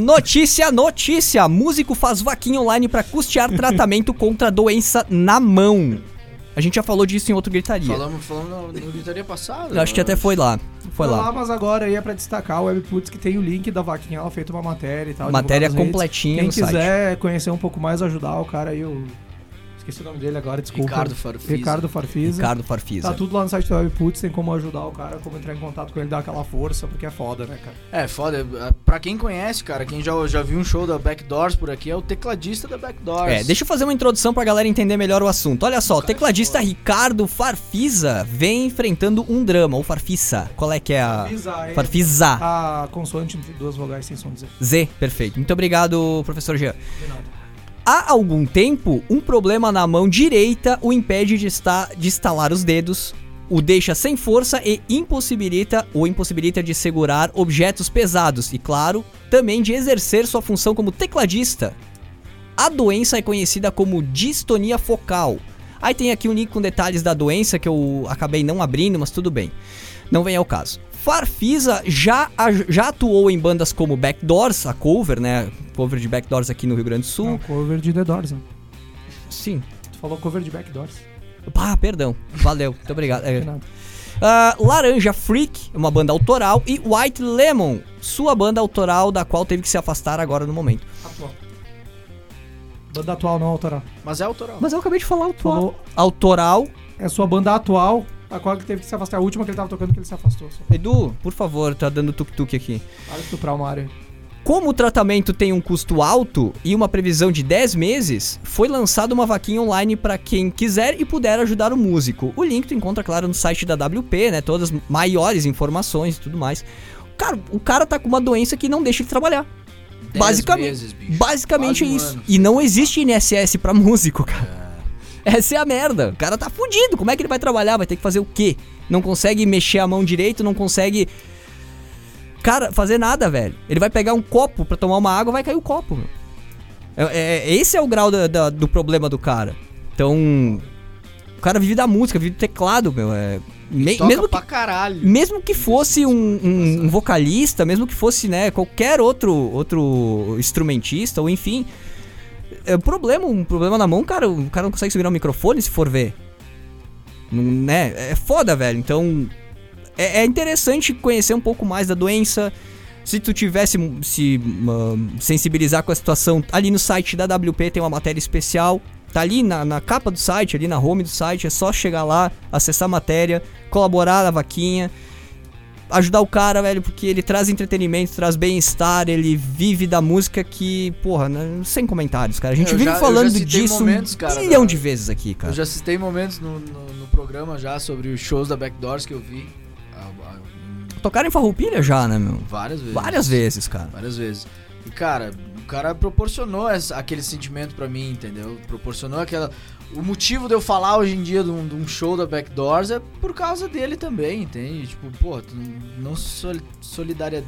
Músico faz vaquinha online pra custear tratamento contra doença na mão. A gente já falou disso em outro gritaria. Falamos no gritaria passada. Eu acho que até foi lá. Foi lá. Mas agora aí é pra destacar o Webputs, que tem o link da vaquinha, ela feita uma matéria e tal. Matéria divulgada nas redes. completinha Quem no site. quiser conhecer um pouco mais, ajudar o cara aí, esqueci o nome dele agora, desculpa. Ricardo Farfisa. Ricardo Farfisa. Tá tudo lá no site do Webputs, tem como ajudar o cara, como entrar em contato com ele, dar aquela força, porque é foda, né, cara? É, foda. Pra quem conhece, cara, quem já viu um show da Backdoors por aqui, é o tecladista da Backdoors. Deixa eu fazer uma introdução pra galera entender melhor o assunto. Olha só, o tecladista Ricardo Farfisa vem enfrentando um drama, ou Farfisa. Qual é que é a... Farfisa. A consoante entre duas vogais sem som de Z. Z, perfeito. Muito obrigado, professor Jean. Há algum tempo, um problema na mão direita o impede de estalar os dedos, o deixa sem força e impossibilita de segurar objetos pesados e, claro, também de exercer sua função como tecladista. A doença é conhecida como distonia focal. Aí tem aqui um link com detalhes da doença que eu acabei não abrindo, mas tudo bem. Não vem ao caso. Farfisa já atuou em bandas como Backdoors, a cover, né? Cover de Backdoors aqui no Rio Grande do Sul. Não, cover de The Doors, né? Sim. Tu falou cover de Backdoors. Perdão. Valeu. Muito obrigado. De nada. Laranja Freak, uma banda autoral, e White Lemon, sua banda autoral, da qual teve que se afastar agora no momento. Atual. Banda atual, não autoral. Mas é autoral. Mas eu acabei de falar autoral. Falou, Autoral. é sua banda atual, a qual que teve que se afastar. A última que ele tava tocando que ele se afastou. Só. Edu, por favor, tá dando tuk-tuk aqui. Para de estuprar uma área. Como o tratamento tem um custo alto e uma previsão de 10 meses, foi lançada uma vaquinha online para quem quiser e puder ajudar o músico. O link tu encontra, claro, no site da WP, né? Todas as maiores informações e tudo mais. O cara tá com uma doença que não deixa ele trabalhar. 10 Basicamente, meses, bicho. basicamente é Quase um isso. ano. E não existe INSS pra músico, cara. Essa é a merda. O cara tá fudido. Como é que ele vai trabalhar? Vai ter que fazer o quê? Não consegue mexer a mão direito, não consegue... Cara, fazer nada, velho. Ele vai pegar um copo pra tomar uma água, vai cair o copo, meu. Esse é o grau do problema do cara. Então, o cara vive da música, vive do teclado, meu. Toca pra caralho. Mesmo que fosse um vocalista, mesmo que fosse, né, qualquer outro instrumentista, ou enfim... um problema na mão, cara, o cara não consegue segurar o microfone, se for ver. Né? É foda, velho. Então, é interessante conhecer um pouco mais da doença. Se tu tivesse se sensibilizar com a situação, ali no site da WP tem uma matéria especial. Tá ali na capa do site, ali na home do site. É só chegar lá, acessar a matéria, colaborar na vaquinha, ajudar o cara, velho, porque ele traz entretenimento, traz bem-estar, ele vive da música que, porra, né, sem comentários, cara. A gente vive falando disso um milhão de vezes aqui, cara. Eu já citei momentos no programa já sobre os shows da Backdoors que eu vi. Tocaram em Farroupilha já, né, meu? Várias vezes. Várias vezes, cara. Várias vezes. E, cara, o cara proporcionou aquele sentimento pra mim, entendeu? Proporcionou aquela... O motivo de eu falar hoje em dia de um show da Backdoors é por causa dele também, entende? Tipo, pô, tu não solidaria...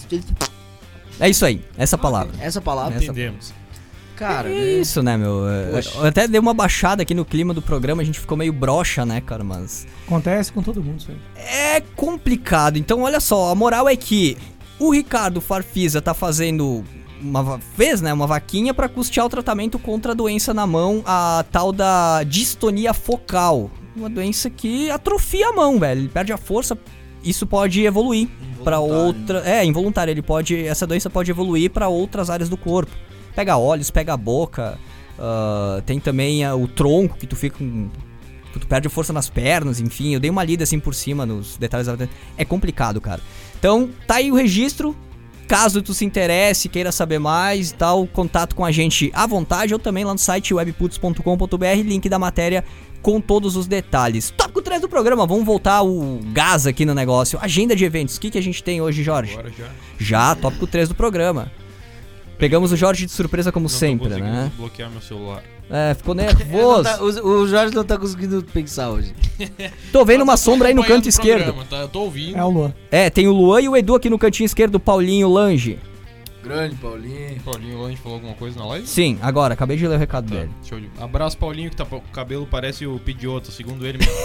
É isso aí, essa palavra. Essa palavra. Entendemos. Cara, é isso, né, meu? Eu até dei uma baixada aqui no clima do programa, a gente ficou meio broxa, né, cara, mas... Acontece com todo mundo isso aí. É complicado, então olha só, a moral é que o Ricardo Farfisa tá fazendo... uma vaquinha pra custear o tratamento contra a doença na mão, a tal da distonia focal. Uma doença que atrofia a mão, velho. Ele perde a força, isso pode evoluir pra outra... involuntário, essa doença pode evoluir pra outras áreas do corpo. Pega olhos, pega a boca, tem também o tronco, que tu fica com... Tu perde força nas pernas, enfim. Eu dei uma lida assim por cima nos detalhes. É complicado, cara. Então, tá aí o registro. Caso tu se interesse, queira saber mais e tal, contato com a gente à vontade, ou também lá no site webputs.com.br, link da matéria com todos os detalhes. Tópico 3 do programa, vamos voltar o gás aqui no negócio. Agenda de eventos, o que a gente tem hoje, Jorge? Agora já. Já, tópico 3 do programa. Pegamos o Jorge de surpresa como sempre, né? Não tô conseguindo bloquear meu celular. Ficou nervoso. O Jorge não tá conseguindo pensar hoje. Tô vendo uma sombra aí no canto esquerdo. Tá? Eu tô ouvindo. É o Luan. Tem o Luan e o Edu aqui no cantinho esquerdo, o Paulinho Lange. Grande, Paulinho. Paulinho Lange falou alguma coisa na live? Sim, agora, acabei de ler o recado dele. Show de... Abraço, Paulinho, que tá com o cabelo parece o Pidioto, segundo ele mesmo.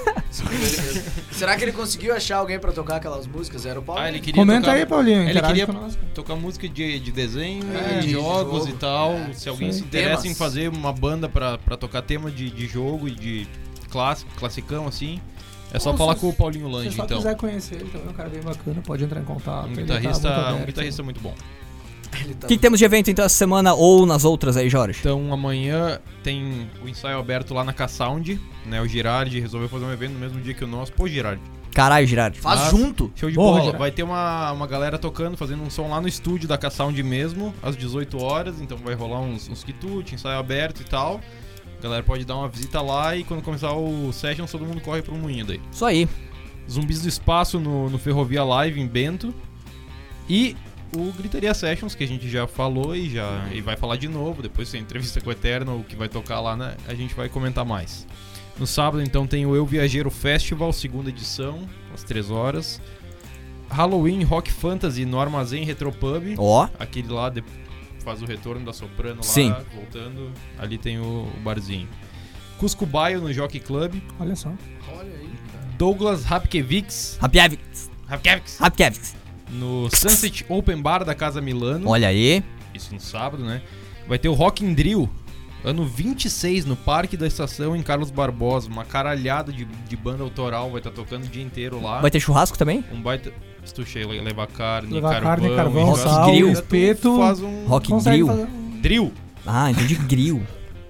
Será que ele conseguiu achar alguém pra tocar aquelas músicas? Era o Paulinho. Ele queria Comenta tocar... aí, Paulinho. Ele interage queria conosco. tocar música de desenho, de jogos jogo. e tal. Se alguém Sim. se interessa Temas. em fazer uma banda pra tocar tema de jogo e de classicão assim. É só Ou falar se- com o Paulinho Se Lange, você só então. quiser conhecer ele também, é um cara bem bacana, pode entrar em contato. Um ele tá muito guitarrista aberto. muito bom. O que temos de evento então essa semana ou nas outras aí, Jorge? Então amanhã tem o ensaio aberto lá na K-Sound, né? O Girardi resolveu fazer um evento no mesmo dia que o nosso. Pô, Girardi, Caralho, Girardi. Faz Mas- junto. show de Porra, bola. Girardi. Vai ter uma galera tocando, fazendo um som lá no estúdio da K-Sound mesmo, às 18 horas. Então vai rolar uns quitutes, ensaio aberto e tal. A galera pode dar uma visita lá e quando começar o session, todo mundo corre pro moinho daí. Isso aí. Zumbis do Espaço no Ferrovia Live em Bento. E o Gritaria Sessions, que a gente já falou e vai falar de novo. Depois tem entrevista com o Eterno, o que vai tocar lá, né? A gente vai comentar mais. No sábado, então, tem o Eu Viajeiro Festival, segunda edição, às 3 horas. Halloween Rock Fantasy no Armazém Retropub. Ó. Aquele lá faz o retorno da Soprano lá, Sim. voltando. Ali tem o barzinho. Cusco Baio no Jockey Club. Olha só. Olha aí, cara. Douglas Rapkiewicz Rapkiewicz. no Sunset Open Bar da Casa Milano. Olha aí. Isso no sábado, né? Vai ter o Rock in Drill, ano 26, no Parque da Estação, em Carlos Barbosa. Uma caralhada de banda autoral, vai estar tocando o dia inteiro lá. Vai ter churrasco também? Um baita... Se tu chega levar carne, Levar carvão, carne, carvão, Rock sal, grill. espeto. Faz um Rock Consegue grill. fazer- drill. Ah, entendi. Grill.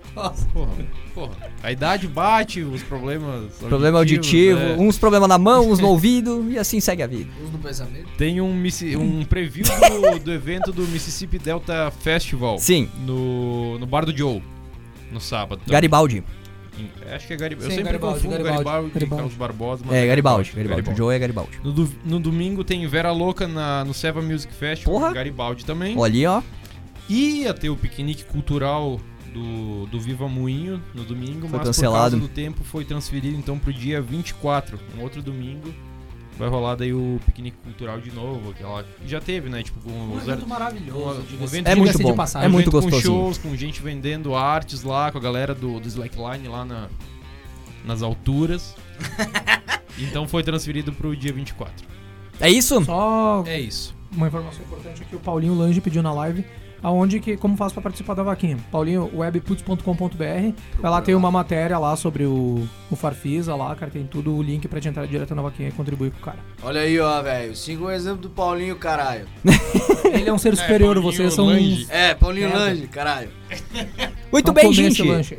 Porra. A idade bate, os problemas Problema auditivo, é. uns problemas na mão, uns no ouvido, e assim segue a vida. Uso do pensamento. Tem um preview do evento do Mississippi Delta Festival. Sim. No Bar do Joe, no sábado. Garibaldi. Acho que é Garibaldi. Eu Sim, sempre Garibaldi, confundo Garibaldi e Carlos Barbosa. mas É, Garibaldi. O Joe é Garibaldi. No domingo tem Vera Louca no Seva Music Festival, Porra. Garibaldi também. Olha ali, ó. Ia ter o piquenique cultural do Viva Moinho no domingo, Foi mas cancelado. por causa do tempo foi transferido então pro dia 24, um outro domingo. Vai rolar daí o piquenique cultural de novo, que ela já teve, né? Tipo, com Um os evento maravilhoso. um evento É muito diga-se de bom. passagem. É muito evento gostosinho. com shows, com gente vendendo artes lá, com a galera do Slackline lá nas alturas. Então foi transferido pro dia 24. É isso? Só É isso. uma informação importante aqui, o Paulinho Lange pediu na live como faz pra participar da vaquinha. Paulinho, webputs.com.br, vai lá, tem uma matéria lá sobre o Farfisa lá, cara, tem tudo, o link pra te entrar direto na vaquinha e contribuir com o cara. Olha aí, ó, velho. Siga o exemplo do Paulinho, caralho. Ele é um ser superior, Paulinho vocês são Lange. uns... É, Paulinho Merda. Lange, caralho. Muito Vamos bem, comer esse gente. lanche.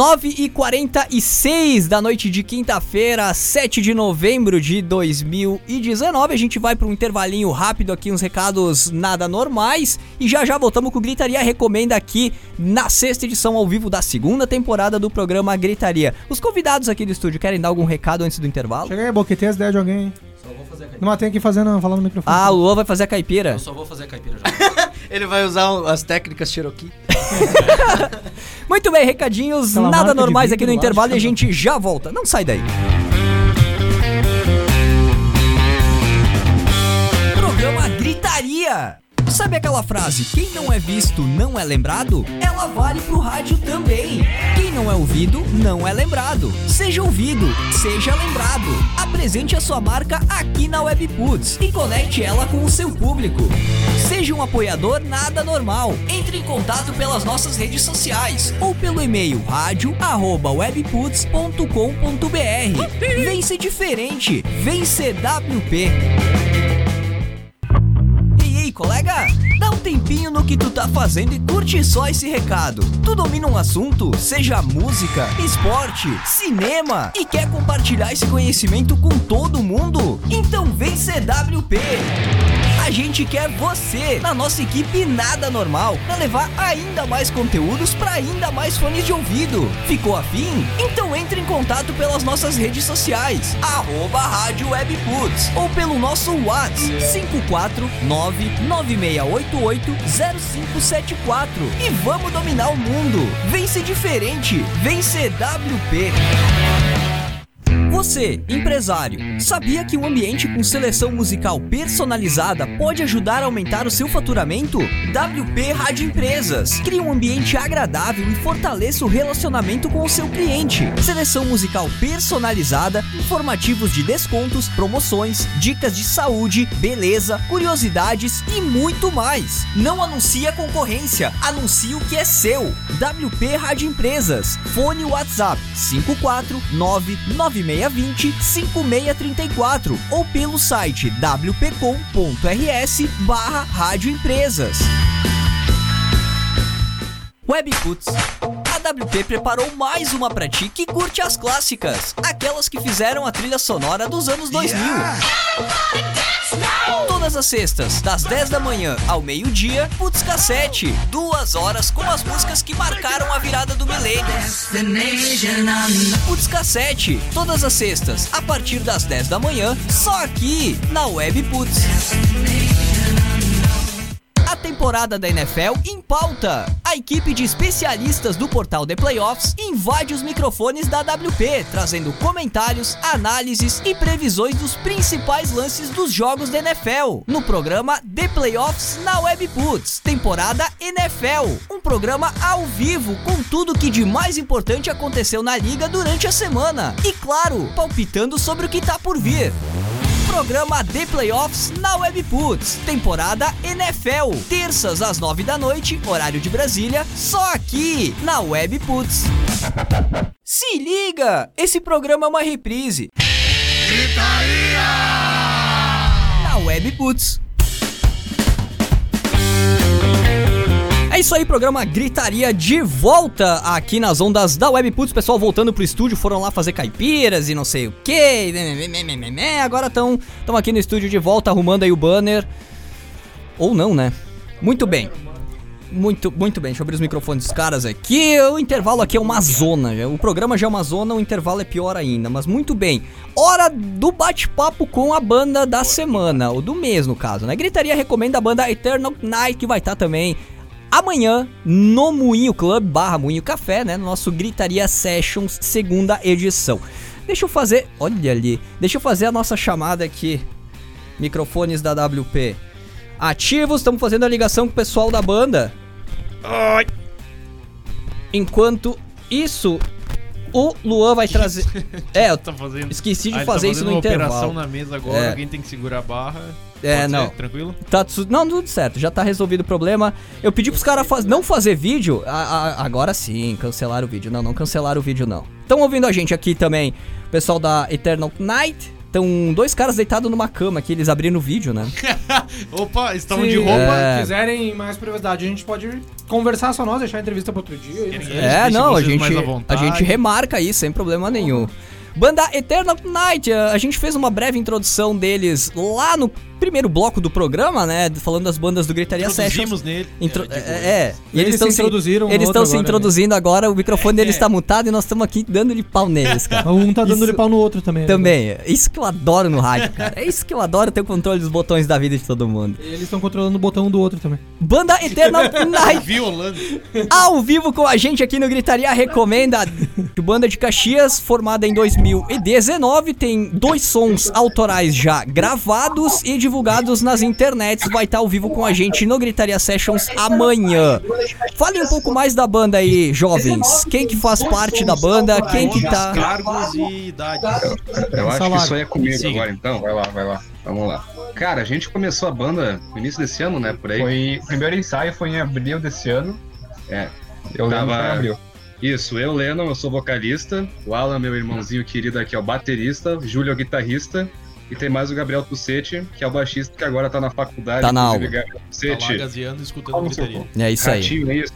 9h46 da noite de quinta-feira, 7 de novembro de 2019. A gente vai para um intervalinho rápido aqui, uns recados nada normais. E já voltamos com o Gritaria Recomenda aqui na sexta edição ao vivo da segunda temporada do programa Gritaria. Os convidados aqui do estúdio querem dar algum recado antes do intervalo? Chega aí, boquetei as ideias de alguém, hein? Só vou fazer a caipira. Não, mas tem que fazer, não, falar no microfone. Ah, o Luan vai fazer a caipira. Eu só vou fazer a caipira já. Ele vai usar as técnicas Cherokee. Muito bem, recadinhos Aquela nada marca de normais aqui vidro no lá, intervalo e a acho que gente já volta. Não sai daí. Programa Gritaria. Sabe aquela frase, quem não é visto não é lembrado? Ela vale pro rádio também. Quem não é ouvido não é lembrado. Seja ouvido, seja lembrado. Apresente a sua marca aqui na Webputs e conecte ela com o seu público. Seja um apoiador nada normal. Entre em contato pelas nossas redes sociais ou pelo e-mail radio@webputs.com.br. Vem ser diferente, vem ser WP. Ei, colega, dá um tempinho no que tu tá fazendo e curte só esse recado. Tu domina um assunto, seja música, esporte, cinema, e quer compartilhar esse conhecimento com todo mundo? Então vem ser WP. A gente quer você na nossa equipe nada normal pra levar ainda mais conteúdos pra ainda mais fones de ouvido. Ficou afim? Então entre em contato pelas nossas redes sociais, @Rádio Webputs, ou pelo nosso WhatsApp 549-9688-0574. E vamos dominar o mundo. Vem ser diferente, vem ser WP. você, empresário, sabia que um ambiente com seleção musical personalizada pode ajudar a aumentar o seu faturamento? WP Rádio Empresas. Crie um ambiente agradável e fortaleça o relacionamento com o seu cliente. Seleção musical personalizada, informativos de descontos, promoções, dicas de saúde, beleza, curiosidades e muito mais. Não anuncie a concorrência, anuncie o que é seu. WP Rádio Empresas. Fone WhatsApp 54996205634 ou pelo site wpcom.rs/radioempresas. Webputs. A WP preparou mais uma pra ti que curte as clássicas, aquelas que fizeram a trilha sonora dos anos 2000. Todas as sextas, das 10 da manhã ao meio-dia, Putz Cassete. 2 horas com as músicas que marcaram a virada do milênio. Putz Cassete. Todas as sextas, a partir das 10 da manhã, só aqui, na Webputs. A temporada da NFL em pauta. A equipe de especialistas do portal The Playoffs invade os microfones da WP, trazendo comentários, análises e previsões dos principais lances dos jogos da NFL. No programa The Playoffs na Webputs, temporada NFL. Um programa ao vivo com tudo que de mais importante aconteceu na liga durante a semana. E claro, palpitando sobre o que tá por vir. Programa The Playoffs na Webputs, temporada NFL, terças às 9 da noite, horário de Brasília, só aqui na Webputs. Se liga, esse programa é uma reprise. Na Webputs. É isso aí, programa Gritaria de volta aqui nas ondas da Webputs. Pessoal voltando pro estúdio, foram lá fazer caipiras e não sei o que. Agora estão aqui no estúdio de volta, arrumando aí o banner. Ou não, né? Muito bem. Muito bem, deixa eu abrir os microfones dos caras aqui. O intervalo aqui é uma zona. O programa já é uma zona, o intervalo é pior ainda. Mas muito bem. Hora do bate-papo com a banda da semana. Ou do mês, no caso, né? Gritaria recomenda a banda Eternal Night, que vai estar também amanhã no Moinho Club /Moinho Café, né? No nosso Gritaria Sessions, segunda edição. Deixa eu fazer, olha ali, deixa eu fazer a nossa chamada aqui. Microfones da WP ativos, estamos fazendo a ligação com o pessoal da banda. Ai. Enquanto isso, o Luan vai trazer... eu esqueci de fazer isso no intervalo. Operação na mesa agora, alguém tem que segurar a barra. Não. Tranquilo? Não, tudo certo, já tá resolvido o problema. Eu pedi pros caras não fazer vídeo. Agora sim, cancelaram o vídeo. Não cancelaram o vídeo, não. Estão ouvindo a gente aqui também, o pessoal da Eternal Night. Estão 2 caras deitados numa cama aqui, eles abriram o vídeo, né? Opa, estavam de roupa. Se quiserem mais privacidade, a gente pode conversar só nós, deixar a entrevista pra outro dia. A gente remarca aí, sem problema nenhum. Banda Eternal Night, a gente fez uma breve introdução deles lá no primeiro bloco do programa, né? Falando das bandas do Gritaria Sessions. Nele. E eles estão se introduzindo agora, o microfone deles está mutado e nós estamos aqui dando-lhe pau neles, cara. Um tá dando-lhe pau no outro também. Também, isso que eu adoro no rádio, cara. É isso que eu adoro, ter o controle dos botões da vida de todo mundo. Eles estão controlando o botão do outro também. Banda Eternal Night. Violando. Ao vivo com a gente aqui no Gritaria Recomenda. Banda de Caxias, formada em 2019, tem 2 sons autorais já gravados e divulgados nas internets. Vai estar ao vivo com a gente no Gritaria Sessions amanhã. Fale um pouco mais da banda aí, jovens. Quem que faz parte da banda? Quem que tá... Cargos e idade. Eu acho que isso aí é comigo agora, então. Vai lá. Vamos lá. Cara, a gente começou a banda no início desse ano, né? Por aí. O primeiro ensaio foi em abril desse ano. Eu lembro em abril. Isso, eu, Lennon, eu sou vocalista. O Alan, meu irmãozinho querido aqui, é o baterista. O Júlio é o guitarrista. E tem mais o Gabriel Tucetti, que é o baixista, que agora tá na faculdade. Tá na aula. Gabriel Tucetti. Tá lá gazeando, escutando gritaria. É isso aí. Ratinho, isso.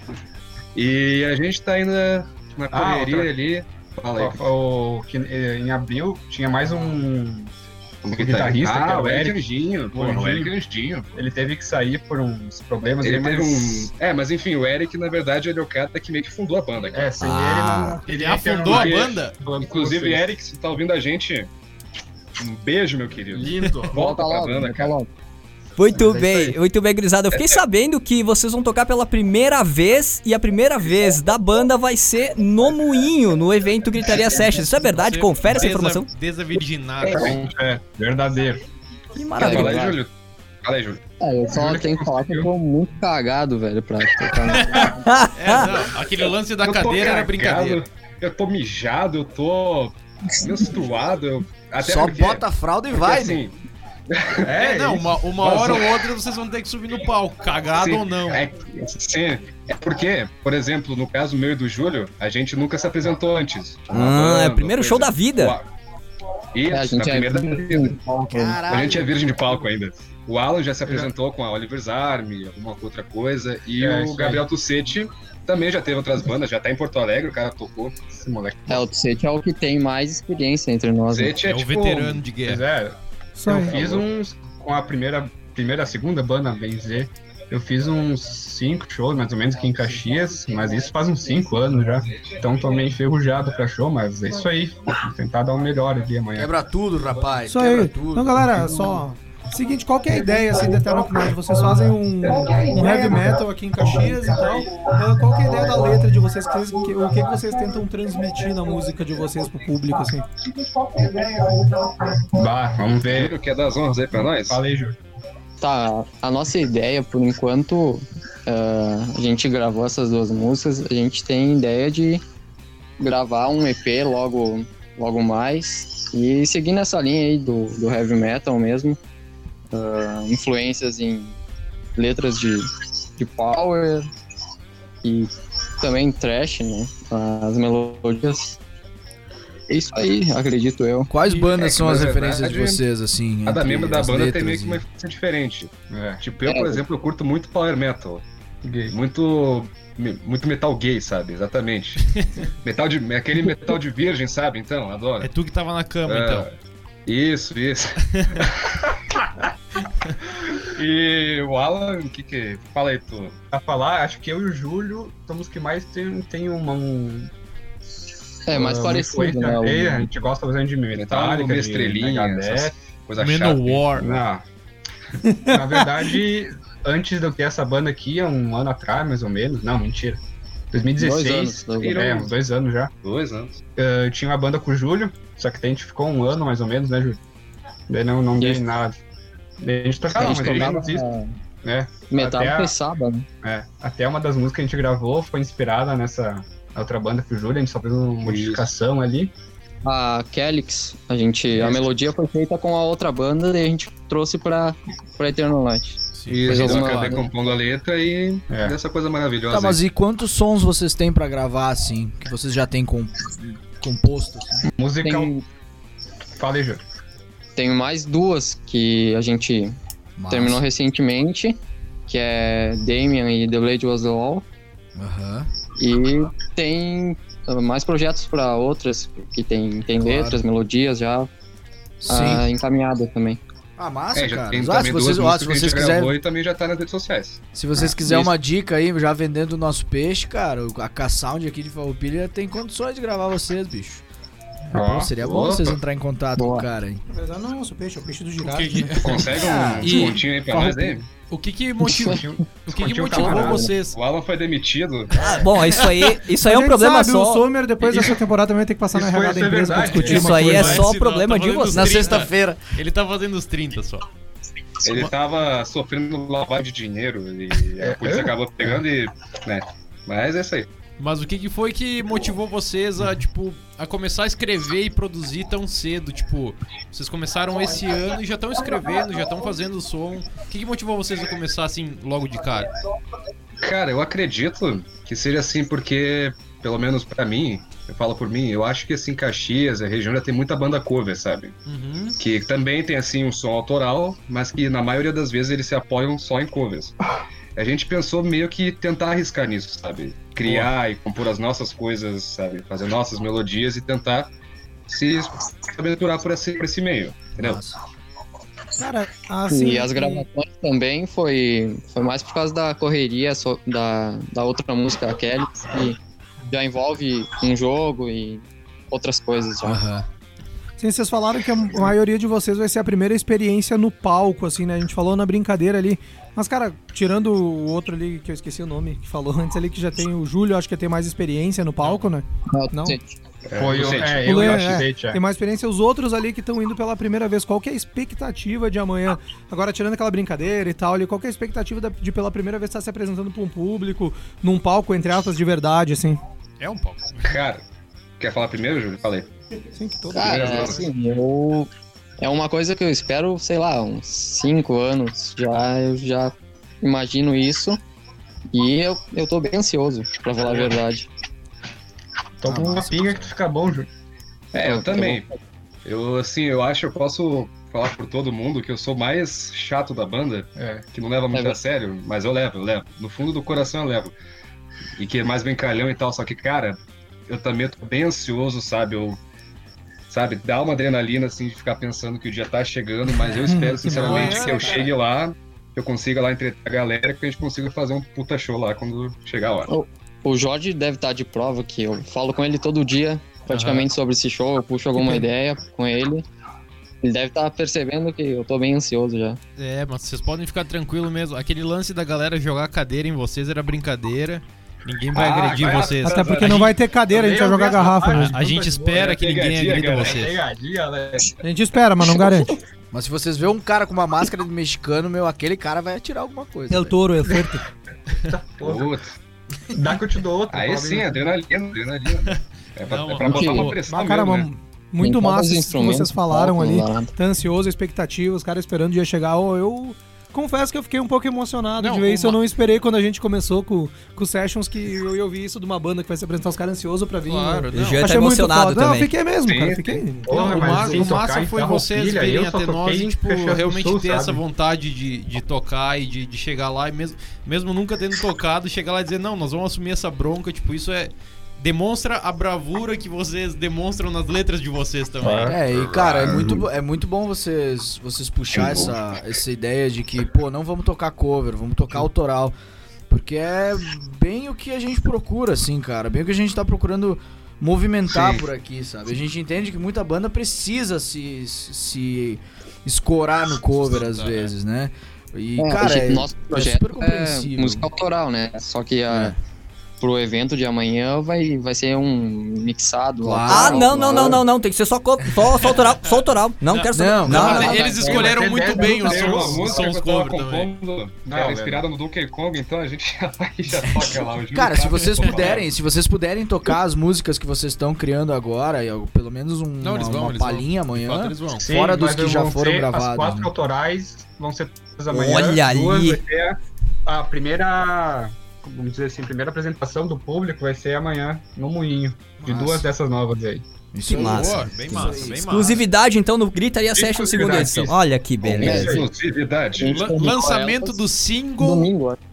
E a gente tá ainda na correria ali. Fala aí. Em abril tinha mais um guitarrista, que é o Eric Anjinho. O Eric Anjinho. Ele teve que sair por uns problemas. Ele teve mas enfim, o Eric, na verdade, ele é o cara que meio que fundou a banda. Cara. Sem ele afundou a banda? Inclusive, Eric, se tá ouvindo a gente, um beijo, meu querido. Lindo. Volta pra banda, cara. Muito Mas é isso bem, muito bem, gurizada. Eu fiquei sabendo que vocês vão tocar pela primeira vez e a primeira vez da banda vai ser no Moinho, no evento Gritaria Sessions. Isso é verdade? Confere essa informação. Desavirginado. É, verdadeiro. Que Fala aí, maravilha. Júlio. Fala aí, Júlio. Eu só Júlio tenho que falar que eu tô muito cagado, velho, pra tocar. Não, aquele lance da Eu tô cadeira era cagado, brincadeira. Eu tô mijado, eu tô menstruado. Até Só porque- bota a fralda e porque, vai, assim, Não, isso. uma hora ou outra vocês vão ter que subir no palco, cagado Sim, ou não. Sim, é porque, por exemplo, no caso meu e do Júlio, a gente nunca se apresentou antes. É o primeiro show da vida. Isso, a na gente primeira da vida. Caralho. A gente é virgem de palco ainda. O Alan já se apresentou com a Oliver's Army, alguma outra coisa, e É, o isso aí. Gabriel Tuccetti também já teve outras bandas, já tá em Porto Alegre, o cara tocou. Esse moleque. O Tuccetti é o que tem mais experiência entre nós. Né? Tuccetti É o veterano de Pois guerra. é, Isso eu aí. fiz uns. Com a segunda banda, bem dizer. Eu fiz uns 5 shows, mais ou menos, aqui em Caxias, mas isso faz uns 5 anos já. Então tô meio enferrujado pra show, mas é isso aí. Vou tentar dar o melhor ali amanhã. Quebra tudo, rapaz. Isso quebra aí. tudo. Então, galera, só. Seguinte, qual que é a ideia assim, da Eternal Knight? Vocês fazem um heavy metal aqui em Caxias e tal. Qual que é a ideia da letra de vocês? O que vocês tentam transmitir na música de vocês pro público, assim? Bah, vamos ver. Júlio, quer dar as honras aí pra nós? Fala aí, Júlio. Tá, a nossa ideia, por enquanto, a gente gravou essas duas músicas, a gente tem ideia de gravar um EP logo mais e seguir nessa linha aí do heavy metal mesmo. Influências em letras de power e também thrash, né? As melodias. É isso aí, acredito eu. Quais bandas são as na referências de verdade, vocês, assim? Cada entre membro da as banda tem letras meio que e- uma influência diferente. É. Tipo, eu, por exemplo, eu curto muito power metal. Muito metal gay, sabe? Exatamente. Aquele metal de virgem, sabe? Então, adoro. É tu que tava na cama, É, então. Isso. E o Alan, o que fala aí tu? Pra falar, acho que eu e o Júlio somos os que mais tem Mais uma parecido, influência. né? A gente gosta bastante de Metallica, uma de estrelinha, Megadeth. essas coisas chatas. Manowar. Não. Na verdade, antes de eu ter essa banda aqui, há um ano atrás, mais ou menos. Não, mentira. 2016. 2 anos. Uns 2 anos já. 2 anos. Eu tinha uma banda com o Júlio, só que daí a gente ficou um ano mais ou menos, né, Júlio? Daí não deu em nada. Daí a gente tocava, A gente mas a gente tocava não desiste, né? metal Até a- pesada, né? Até uma das músicas que a gente gravou foi inspirada nessa outra banda com o Júlio, a gente só fez uma modificação ali. A Calyx, a melodia foi feita com a outra banda e a gente trouxe pra Eternal Night. Isso, eu alguma- acabei compondo a letra e dessa coisa maravilhosa. Tá, mas e quantos sons vocês têm pra gravar, assim? Que vocês já têm composto? Assim? Musical. Tem, Fala aí, Júlio. tem mais duas que a gente Massa. terminou recentemente, que é Damien e The Blade Was the Law. Aham. E tem mais projetos pra outras, que tem Claro. letras, melodias já Sim. encaminhadas também. Ah, massa, Já cara. tem Se também duas vocês, músicas se que a gente vocês gravou quiserem, e também já tá nas redes sociais. se vocês quiserem isso. uma dica aí, já vendendo o nosso peixe, cara, a K-Sound aqui de Farroupilha tem condições de gravar vocês, bicho. Ó, Seria bom opa. vocês entrarem em contato com o cara aí. Na verdade, não é o nosso peixe, é o peixe do girafa. que- né? Consegue um Ah, descontinho aí pra nós aí? O que motivou Descontinho motivou camarada. vocês? O Alan foi demitido. Ah, bom, isso aí é A um gente problema sabe, só. O Sommer, depois dessa temporada, também vai ter que passar na Isso RH da foi empresa pra verdade. discutir Isso uma aí coisa. é Mas só se problema não, tá de falando vocês. Na 30. sexta-feira. Ele tá fazendo os 30 só. Ele tava sofrendo lavagem de dinheiro e a polícia acabou pegando e. né? Mas é isso aí. Mas o que foi que motivou vocês a começar a escrever e produzir tão cedo? Tipo, vocês começaram esse ano e já estão escrevendo, já estão fazendo som. O que motivou vocês a começar assim, logo de cara? Cara, eu acredito que seja assim porque, pelo menos pra mim, eu falo por mim, eu acho que assim, Caxias, a região já tem muita banda cover, sabe? Uhum. Que também tem assim um som autoral, mas que na maioria das vezes eles se apoiam só em covers. A gente pensou meio que tentar arriscar nisso, sabe? Criar e compor as nossas coisas, sabe? Fazer nossas melodias e tentar se aventurar por esse meio, entendeu? Nossa. Cara, assim. E as gravações também foi mais por causa da correria da outra música, a Kelly, que já envolve um jogo e outras coisas já. Aham. Sim, vocês falaram que a maioria de vocês vai ser a primeira experiência no palco, assim, né? A gente falou na brincadeira ali. Mas, cara, tirando o outro ali, que eu esqueci o nome, que falou antes ali, que já tem o Júlio, acho que tem mais experiência no palco, né? Não? Foi o Sete. eu O e Lê, o Chivete, tem mais experiência. Os outros ali que estão indo pela primeira vez, qual que é a expectativa de amanhã? Agora, tirando aquela brincadeira e tal, ali, qual que é a expectativa de pela primeira vez estar se apresentando pra um público, num palco, entre aspas, de verdade, assim? É um pouco. Cara, quer falar primeiro, Júlio? Falei. Sim, que todo Cara, assim, é uma coisa que eu espero, sei lá, uns 5 anos. Eu já imagino isso. E eu tô bem ansioso, pra falar a verdade. Toma uma pinga que tu fica bom, Júlio. Eu também. Eu acho que eu posso falar por todo mundo que eu sou mais chato da banda, que não leva muito a sério, mas eu levo. No fundo do coração eu levo. E que é mais brincalhão e tal, só que, cara, eu também tô bem ansioso, sabe? Dá uma adrenalina, assim, de ficar pensando que o dia tá chegando, mas eu espero, sinceramente, que eu chegue lá, que eu consiga lá entreter a galera, que a gente consiga fazer um puta show lá quando chegar a hora. O Jorge deve estar de prova, que eu falo com ele todo dia, praticamente, sobre esse show, eu puxo alguma ideia com ele. Ele deve estar percebendo que eu tô bem ansioso já. É, mas vocês podem ficar tranquilo mesmo. Aquele lance da galera jogar cadeira em vocês era brincadeira. Ninguém vai agredir vocês. Até porque não vai ter cadeira, a gente vai jogar garrafa mesmo. A gente espera que ninguém agrida vocês. Pegadinha, velho. A gente espera, mas não garante. Mas se vocês verem um cara com uma máscara de mexicano, aquele cara vai atirar alguma coisa. É o touro, é o forte. Puta. Dá que eu te dou outro. Aí sim, adrenalina. É pra Não, botar uma pressão Cara, mesmo, né? muito Tem massa todos os isso que vocês instrumentos, falaram ali. palco, lá. Tá ansioso, expectativa, os caras esperando o dia chegar. Eu confesso que eu fiquei um pouco emocionado de ver isso. Eu não esperei quando a gente começou com Sessions, que eu ouvi isso de uma banda que vai se apresentar, os caras ansiosos pra vir. Claro, O Jean tá Achei muito emocionado foda. Não, também. fiquei mesmo, Sim, cara. sim. Fiquei. Porra, O mas massa, sem o tocar massa em foi Farroupilha, vocês virem eu só até nós toquei e, tipo, fechando realmente sul, ter essa sabe? vontade de tocar e de chegar lá e mesmo nunca tendo tocado, chegar lá e dizer, não, nós vamos assumir essa bronca, tipo, isso demonstra a bravura que vocês demonstram nas letras de vocês também. E cara, é muito bom vocês puxar essa ideia de que, pô, não vamos tocar cover, vamos tocar autoral. Porque é bem o que a gente procura, assim, cara. Bem o que a gente tá procurando movimentar por aqui, sabe? A gente entende que muita banda precisa se escorar no cover às vezes, né? E, cara, nosso projeto super compreensível. música autoral, né? Só que pro evento de amanhã vai ser um mixado. Claro. Não, tem que ser só autoral. Não quero saber. Não, Eles escolheram muito bem os Tem uma sons música que eu cover tava também. compondo, que era inspirada no Donkey Kong, então a gente já toca lá. O Júlio Cara, tá se vocês preparado. puderem tocar as músicas que vocês estão criando agora, pelo menos uma palhinha amanhã, Eles vão. Sim, fora dos mas que já vão foram ser gravados. As 4 né? autorais vão ser todas amanhã. Olha Duas ali. vai ser a primeira, vamos dizer assim, primeira apresentação do público vai ser amanhã no Moinho. De Massa. 2 dessas novas aí. Isso Que aí. massa. Boa, bem massa. Exclusividade, então, no Gritaria Session segunda edição. Olha que beleza. Exclusividade. Lançamento do single. Domingo, ó.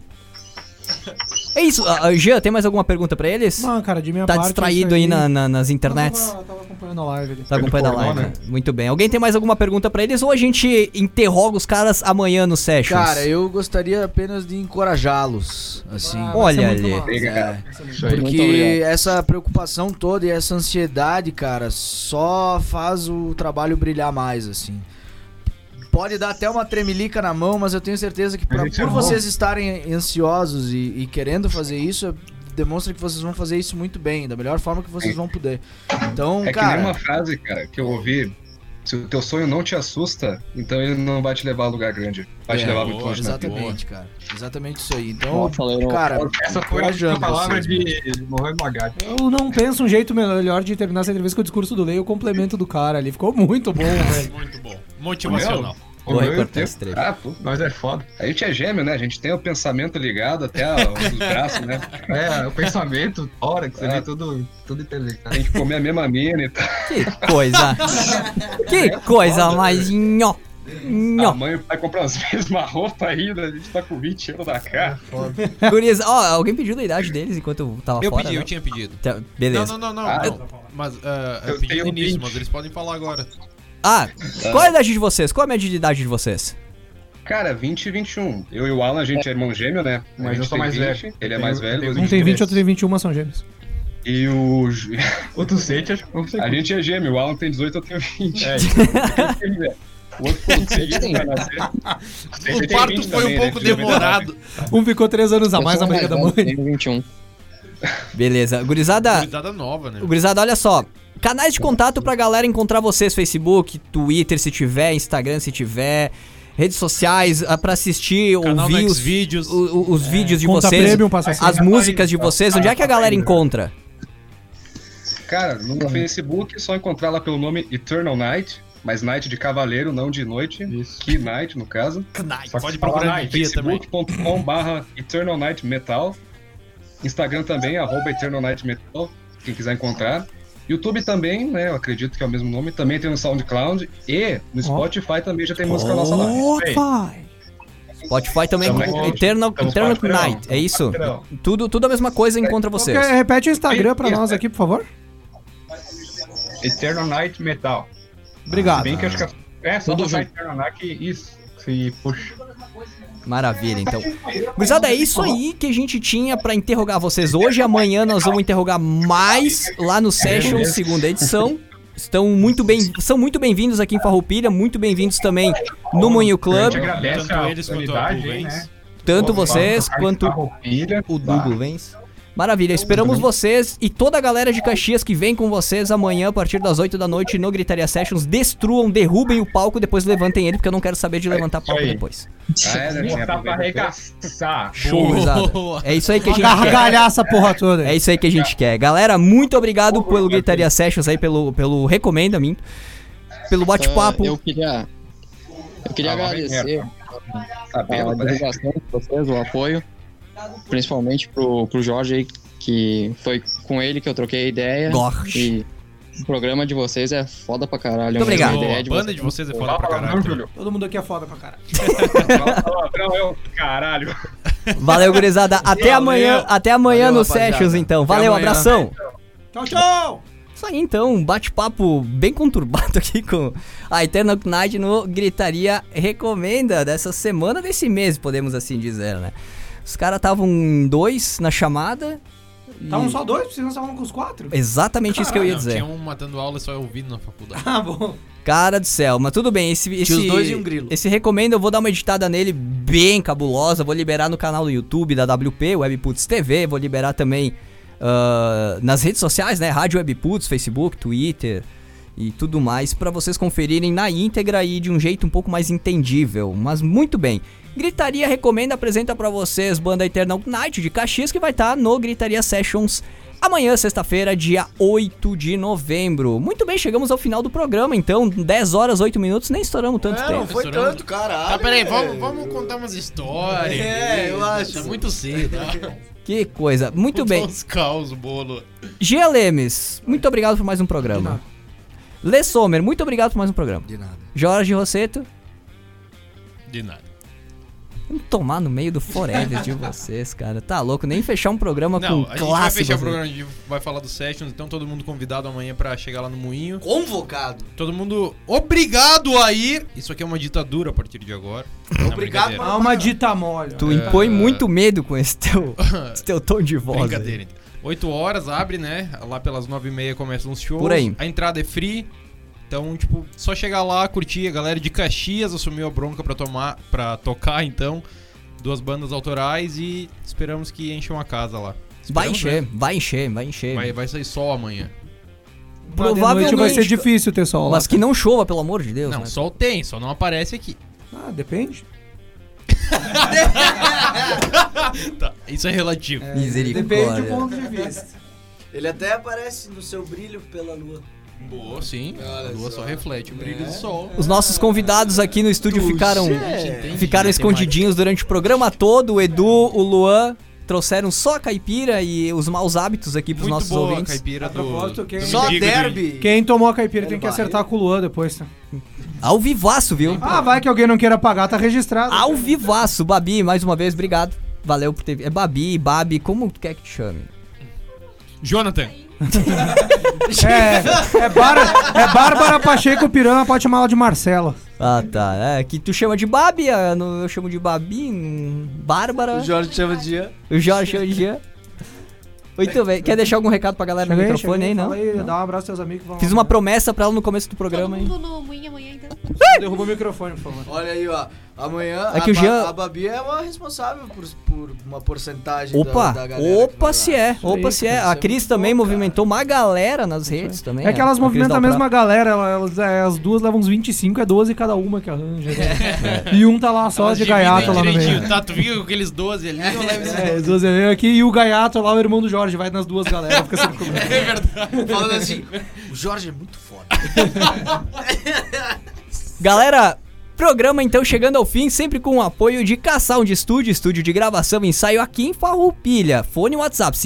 É isso. Jean, tem mais alguma pergunta pra eles? Não, cara, de minha Tá parte. distraído isso aí nas internets? Eu tava acompanhando a live ali. Tá acompanhando a pornô, live, né? né? Muito bem. Alguém tem mais alguma pergunta pra eles ou a gente interroga os caras amanhã no Sessions? Cara, eu gostaria apenas de encorajá-los, assim. Olha Vai ser muito ali. massa. É, Isso aí. Muito porque obrigado. essa preocupação toda e essa ansiedade, cara, só faz o trabalho brilhar mais, assim. Pode dar até uma tremelica na mão, mas eu tenho certeza que Mas isso é por bom. vocês estarem ansiosos e querendo fazer isso, demonstra que vocês vão fazer isso muito bem, da melhor forma que vocês vão poder. Então, É que cara... nem uma frase, cara, que eu ouvi. Se o teu sonho não te assusta, então ele não vai te levar a lugar grande. Vai te levar muito longe na vida. Exatamente, cara. Exatamente isso aí. Então, Ó, falei, cara, Essa foi a encorajando palavra vocês, de Mohamed Magad. Eu não penso um jeito melhor de terminar essa entrevista com o discurso do Lei, o complemento do cara ali. Ficou muito bom, velho. Muito bom. Motivacional. Vou Meu recortar Deus. esse trecho. Pô, Nós é foda. a gente é gêmeo, né? A gente tem o pensamento ligado até os braços, né? É, o pensamento, tórax ali, tudo interligado. A gente comer a mesma mina e tal. Que coisa. Que coisa mais nho. A Nho. mãe e o pai compram as mesmas roupas ainda, a gente tá com 20 euros na cara. Gurias, ó, alguém pediu a idade deles enquanto eu tava Eu fora, pedi, né? eu tinha pedido. Tá, beleza. Não. Ah, Mas eu eu pedi tenho no início, 20. mas eles podem falar agora. Ah, qual é a idade de vocês? Qual é a média de idade de vocês? Cara, 20 e 21. Eu e o Alan, a gente é irmão gêmeo, né? Mas A gente eu sou tem mais 20, velho. Ele é Eu mais tenho- velho. eu Um tenho tem 20, 23. outro tem 21, mas são gêmeos. E o. O Tucete, acho que não sei. A gente é gêmeo, o Alan tem 18, eu tenho 20. É, O outro ficou 6 pra nascer. O parto foi um pouco demorado. Um ficou 3 anos a mais na barriga da mãe. Tenho 21. Beleza. Gurizada, Cuidada nova, né? gurizada, olha só. Canais de contato pra galera encontrar vocês, Facebook, Twitter, se tiver, Instagram, se tiver, redes sociais, pra assistir, Canal ouvir do os Xvideos. os vídeos de Conta vocês, Premium, passa assim. as músicas de vocês. Onde é que a galera encontra? Cara, no Facebook, só encontrar lá pelo nome Eternal Night, mas Night de cavaleiro, não de noite. Isso. Que Night, no caso. Só que Pode se falar procurar de Night, dia também. Facebook.com/Eternal Night Metal. Instagram também, @Eternal Night Metal, quem quiser encontrar. YouTube também, né? Eu acredito que é o mesmo nome. Também tem no SoundCloud. E no Spotify também já tem música nossa lá. Spotify também, Também. Eternal Padrão. Night, é isso? Padrão. Tudo a mesma coisa encontra vocês. Repete o Instagram pra nós aqui, por favor. Eternal Night Metal. Obrigado. Se bem que acho que é só Tudo botar junto. Eternal Night que isso. Se puxa. Maravilha, então. Gurizada, é isso aí que a gente tinha pra interrogar vocês hoje. Amanhã nós vamos interrogar mais lá no Sessions, segunda edição. São muito bem-vindos aqui em Farroupilha, muito bem-vindos também no Moinho A Club. gente agradece Tanto a eles quanto a oportunidade, Rubens. né? Tanto Pô, vocês vamos quanto tocar Farroupilha. o Dugo Vens. Maravilha, esperamos vocês e toda a galera de Caxias que vem com vocês amanhã a partir das 8 da noite no Gritaria Sessions. Destruam, derrubem o palco, depois levantem ele, porque eu não quero saber de levantar palco aí. depois. Botar pra arregaçar. Show, gurizada. É isso aí que a gente quer. Gargalhar essa porra toda. É isso aí que a gente quer. Galera, muito obrigado pelo Gritaria Sessions aí, pelo recomenda a mim, pelo bate-papo. Eu queria agradecer a divulgação de vocês, o apoio, principalmente pro Jorge aí, que foi com ele que eu troquei a ideia. Gosh. E o programa de vocês é foda pra caralho. Muito obrigado. A banda de vocês é foda pra caralho. também. Todo mundo aqui é foda pra caralho. Palavrão é o caralho. Valeu, gurizada. Até amanhã Valeu, no rapaziada. Sessions, então. Até Valeu, amanhã. abração. Tchau, tchau! Isso aí, então, um bate-papo bem conturbado aqui com a Eternal Night no Gritaria Recomenda dessa semana, desse mês, podemos assim dizer, né? Os caras estavam em 2 na chamada. e- Estavam só 2, precisam estar com os 4. Exatamente isso que eu ia Não, dizer. tinha um matando aula e só ouvindo na faculdade. Ah, bom. Cara do céu, mas tudo bem, Tinha os dois e um grilo. esse recomenda, eu vou dar uma editada nele bem cabulosa, vou liberar no canal do YouTube da WP, Webputs TV, vou liberar também nas redes sociais, né, Rádio Webputs, Facebook, Twitter e tudo mais, pra vocês conferirem na íntegra e de um jeito um pouco mais entendível, mas muito bem. Gritaria Recomenda apresenta pra vocês banda Eternal Night de Caxias, que vai estar no Gritaria Sessions amanhã, sexta-feira, dia 8 de novembro. Muito bem, chegamos ao final do programa, então, 10 horas, 8 minutos, nem estouramos tanto Não tempo. foi Estouramos. tanto, caralho. Tá, peraí, velho. vamos contar umas histórias. É, eu acho. É muito cedo. Que coisa, muito Contar bem. uns caos, bolo. Gia Lemes, muito obrigado por mais um programa. Lê Sommer, muito obrigado por mais um programa. De nada. Jorge Rosseto, De nada. vamos tomar no meio do forever de vocês, cara. Tá louco, nem fechar um programa Não, com a gente vai clássicos. fechar o programa, a gente vai falar do Sessions, então todo mundo convidado amanhã pra chegar lá no Moinho. Convocado. Todo mundo obrigado a ir. Isso aqui é uma ditadura a partir de agora. Não, Obrigado brincadeira. Ah, uma dita mole. Tu impõe muito medo com esse teu tom de voz. aí. Brincadeira. Então. 8 horas abre, né? Lá pelas 9h30 começam os shows. Por aí. A entrada é free. Então, tipo, só chegar lá, curtir. A galera de Caxias assumiu a bronca pra tocar, então. 2 bandas autorais e esperamos que encham a casa lá. Vai Esperamos, encher, né? vai encher, vai encher. Vai sair sol amanhã. Provavelmente vai ser difícil ter sol lá. Mas que não chova, pelo amor de Deus. Não, né? sol tem, só não aparece aqui. Ah, depende. Tá, isso é relativo. Depende do Misericórdia. ponto de vista. Ele até aparece no seu brilho pela lua. Boa, sim. Olha A lua só reflete o brilho do sol. Os nossos convidados aqui no estúdio ficaram Entendi, escondidinhos durante o programa todo. O Edu, o Luan trouxeram só a caipira e os maus hábitos aqui pros Muito nossos boa ouvintes. a caipira A propósito, do... quem- do Só mendigo de- derby. Quem tomou a caipira tem que acertar com o Luan depois, tá? Ao vivaço, viu? Ah, vai que alguém não queira pagar, tá registrado. Ao vivaço. Babi, mais uma vez, obrigado. Valeu por ter... É Babi, Babi, como tu quer que te chame? Jonathan. É Bárbara Pacheco Piranha, pode chamar ela de Marcela. Ah, tá. É que tu chama de Babi, eu chamo de Babi, Bárbara. O Jorge chama de Jean. O Jorge chama de Jean. Muito bem. Quer deixar algum recado pra galera no microfone aí, não? Fala aí, dá um abraço aos teus amigos que vão Fiz lá. uma promessa pra ela no começo do programa, hein? Todo mundo no Moinho amanhã, então. Derruba o microfone, por favor. Olha aí, ó. Amanhã É que o Jean- a Babi é uma responsável por uma porcentagem Opa, da galera. que vai opa lá. se é, Isso aí, opa se é. cara, A isso é Cris muito também bom, movimentou uma galera nas redes também. É que elas a movimentam a Cris mesma galera, as duas levam uns 25, é 12 cada uma que arranja. Né? E um tá lá só Elas de dividem gaiato lá no direitinho. meio. Tá, tu viu aqueles 12 ali? Eu levo esses É, 12. as duas é aqui e o gaiato lá, o irmão do Jorge, vai nas duas galera, fica sempre comigo. É verdade. Falando assim, o Jorge é muito foda. Galera, programa então chegando ao fim, sempre com o apoio de K-Sound Studio, estúdio de gravação e ensaio aqui em Farroupilha. Fone WhatsApp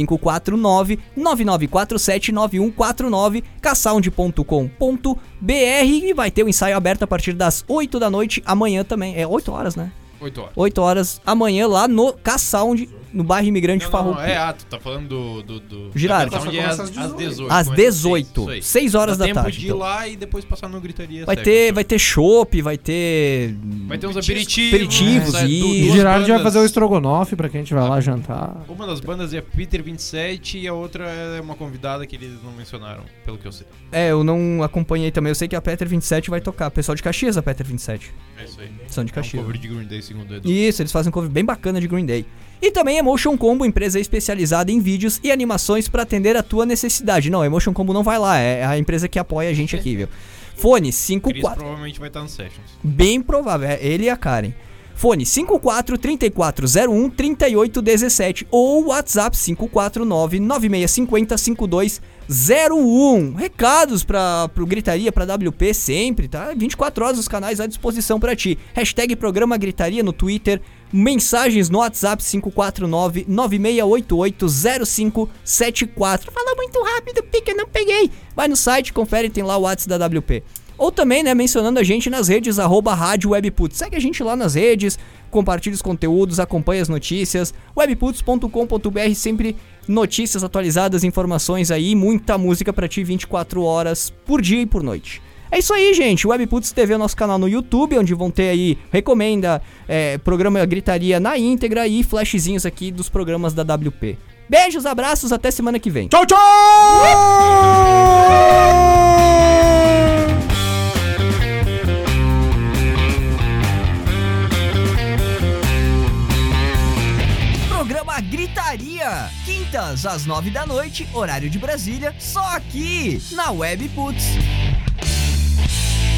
549-9947-9149, ksound.com.br e vai ter o ensaio aberto a partir das 8 da noite, amanhã também, é 8 horas, né? 8 horas. 8 horas amanhã lá no K-Sound, no bairro Imigrante Não, Farroupilha. tu tá falando do Girardi. da Sound é Começa às às 18. Às começa 18, isso aí. 6 horas Dá da tempo tarde. de ir então. lá e depois passar no Gritaria Vai Sessions. ter chopp, vai ter Vai ter uns aperitivos. Aperitivos, né? e- O Duas Girardi vai bandas. fazer o estrogonofe pra quem a gente vai lá jantar. Uma das bandas é Peter 27 e a outra é uma convidada que eles não mencionaram, pelo que eu sei. É, eu não acompanhei também. Eu sei que a Peter 27 vai tocar. Pessoal de Caxias, a Peter 27. É isso aí. São de É um Caxias. cover de Green Day, segundo Edu. Isso, eles fazem um cover bem bacana de Green Day. E também Emotion Combo, empresa especializada em vídeos e animações pra atender a tua necessidade. Não, a Emotion Combo não vai lá, é a empresa que apoia a gente aqui, viu? Fone Chris 54. provavelmente vai estar no Sessions. Bem provável, é ele e a Karen. Fone 54-3401-3817 ou WhatsApp 549-9650-5201. Recados pro Gritaria, pra WP sempre, tá? 24 horas os canais à disposição pra ti. Hashtag Programa Gritaria no Twitter, mensagens no WhatsApp 549-9688-0574. Fala muito rápido, porque eu não peguei. Vai no site, confere, tem lá o WhatsApp da WP. Ou também, né, mencionando a gente nas redes, @Rádio Webputs. Segue a gente lá nas redes, compartilha os conteúdos, acompanha as notícias. Webputs.com.br, sempre notícias atualizadas, informações aí, muita música pra ti 24 horas por dia e por noite. É isso aí, gente. Webputs TV é o nosso canal no YouTube, onde vão ter aí, recomenda, programa Gritaria na íntegra e flashzinhos aqui dos programas da WP. Beijos, abraços, até semana que vem. Tchau, tchau! Programa Gritaria, quintas às 9 da noite, horário de Brasília, só aqui na Webputs.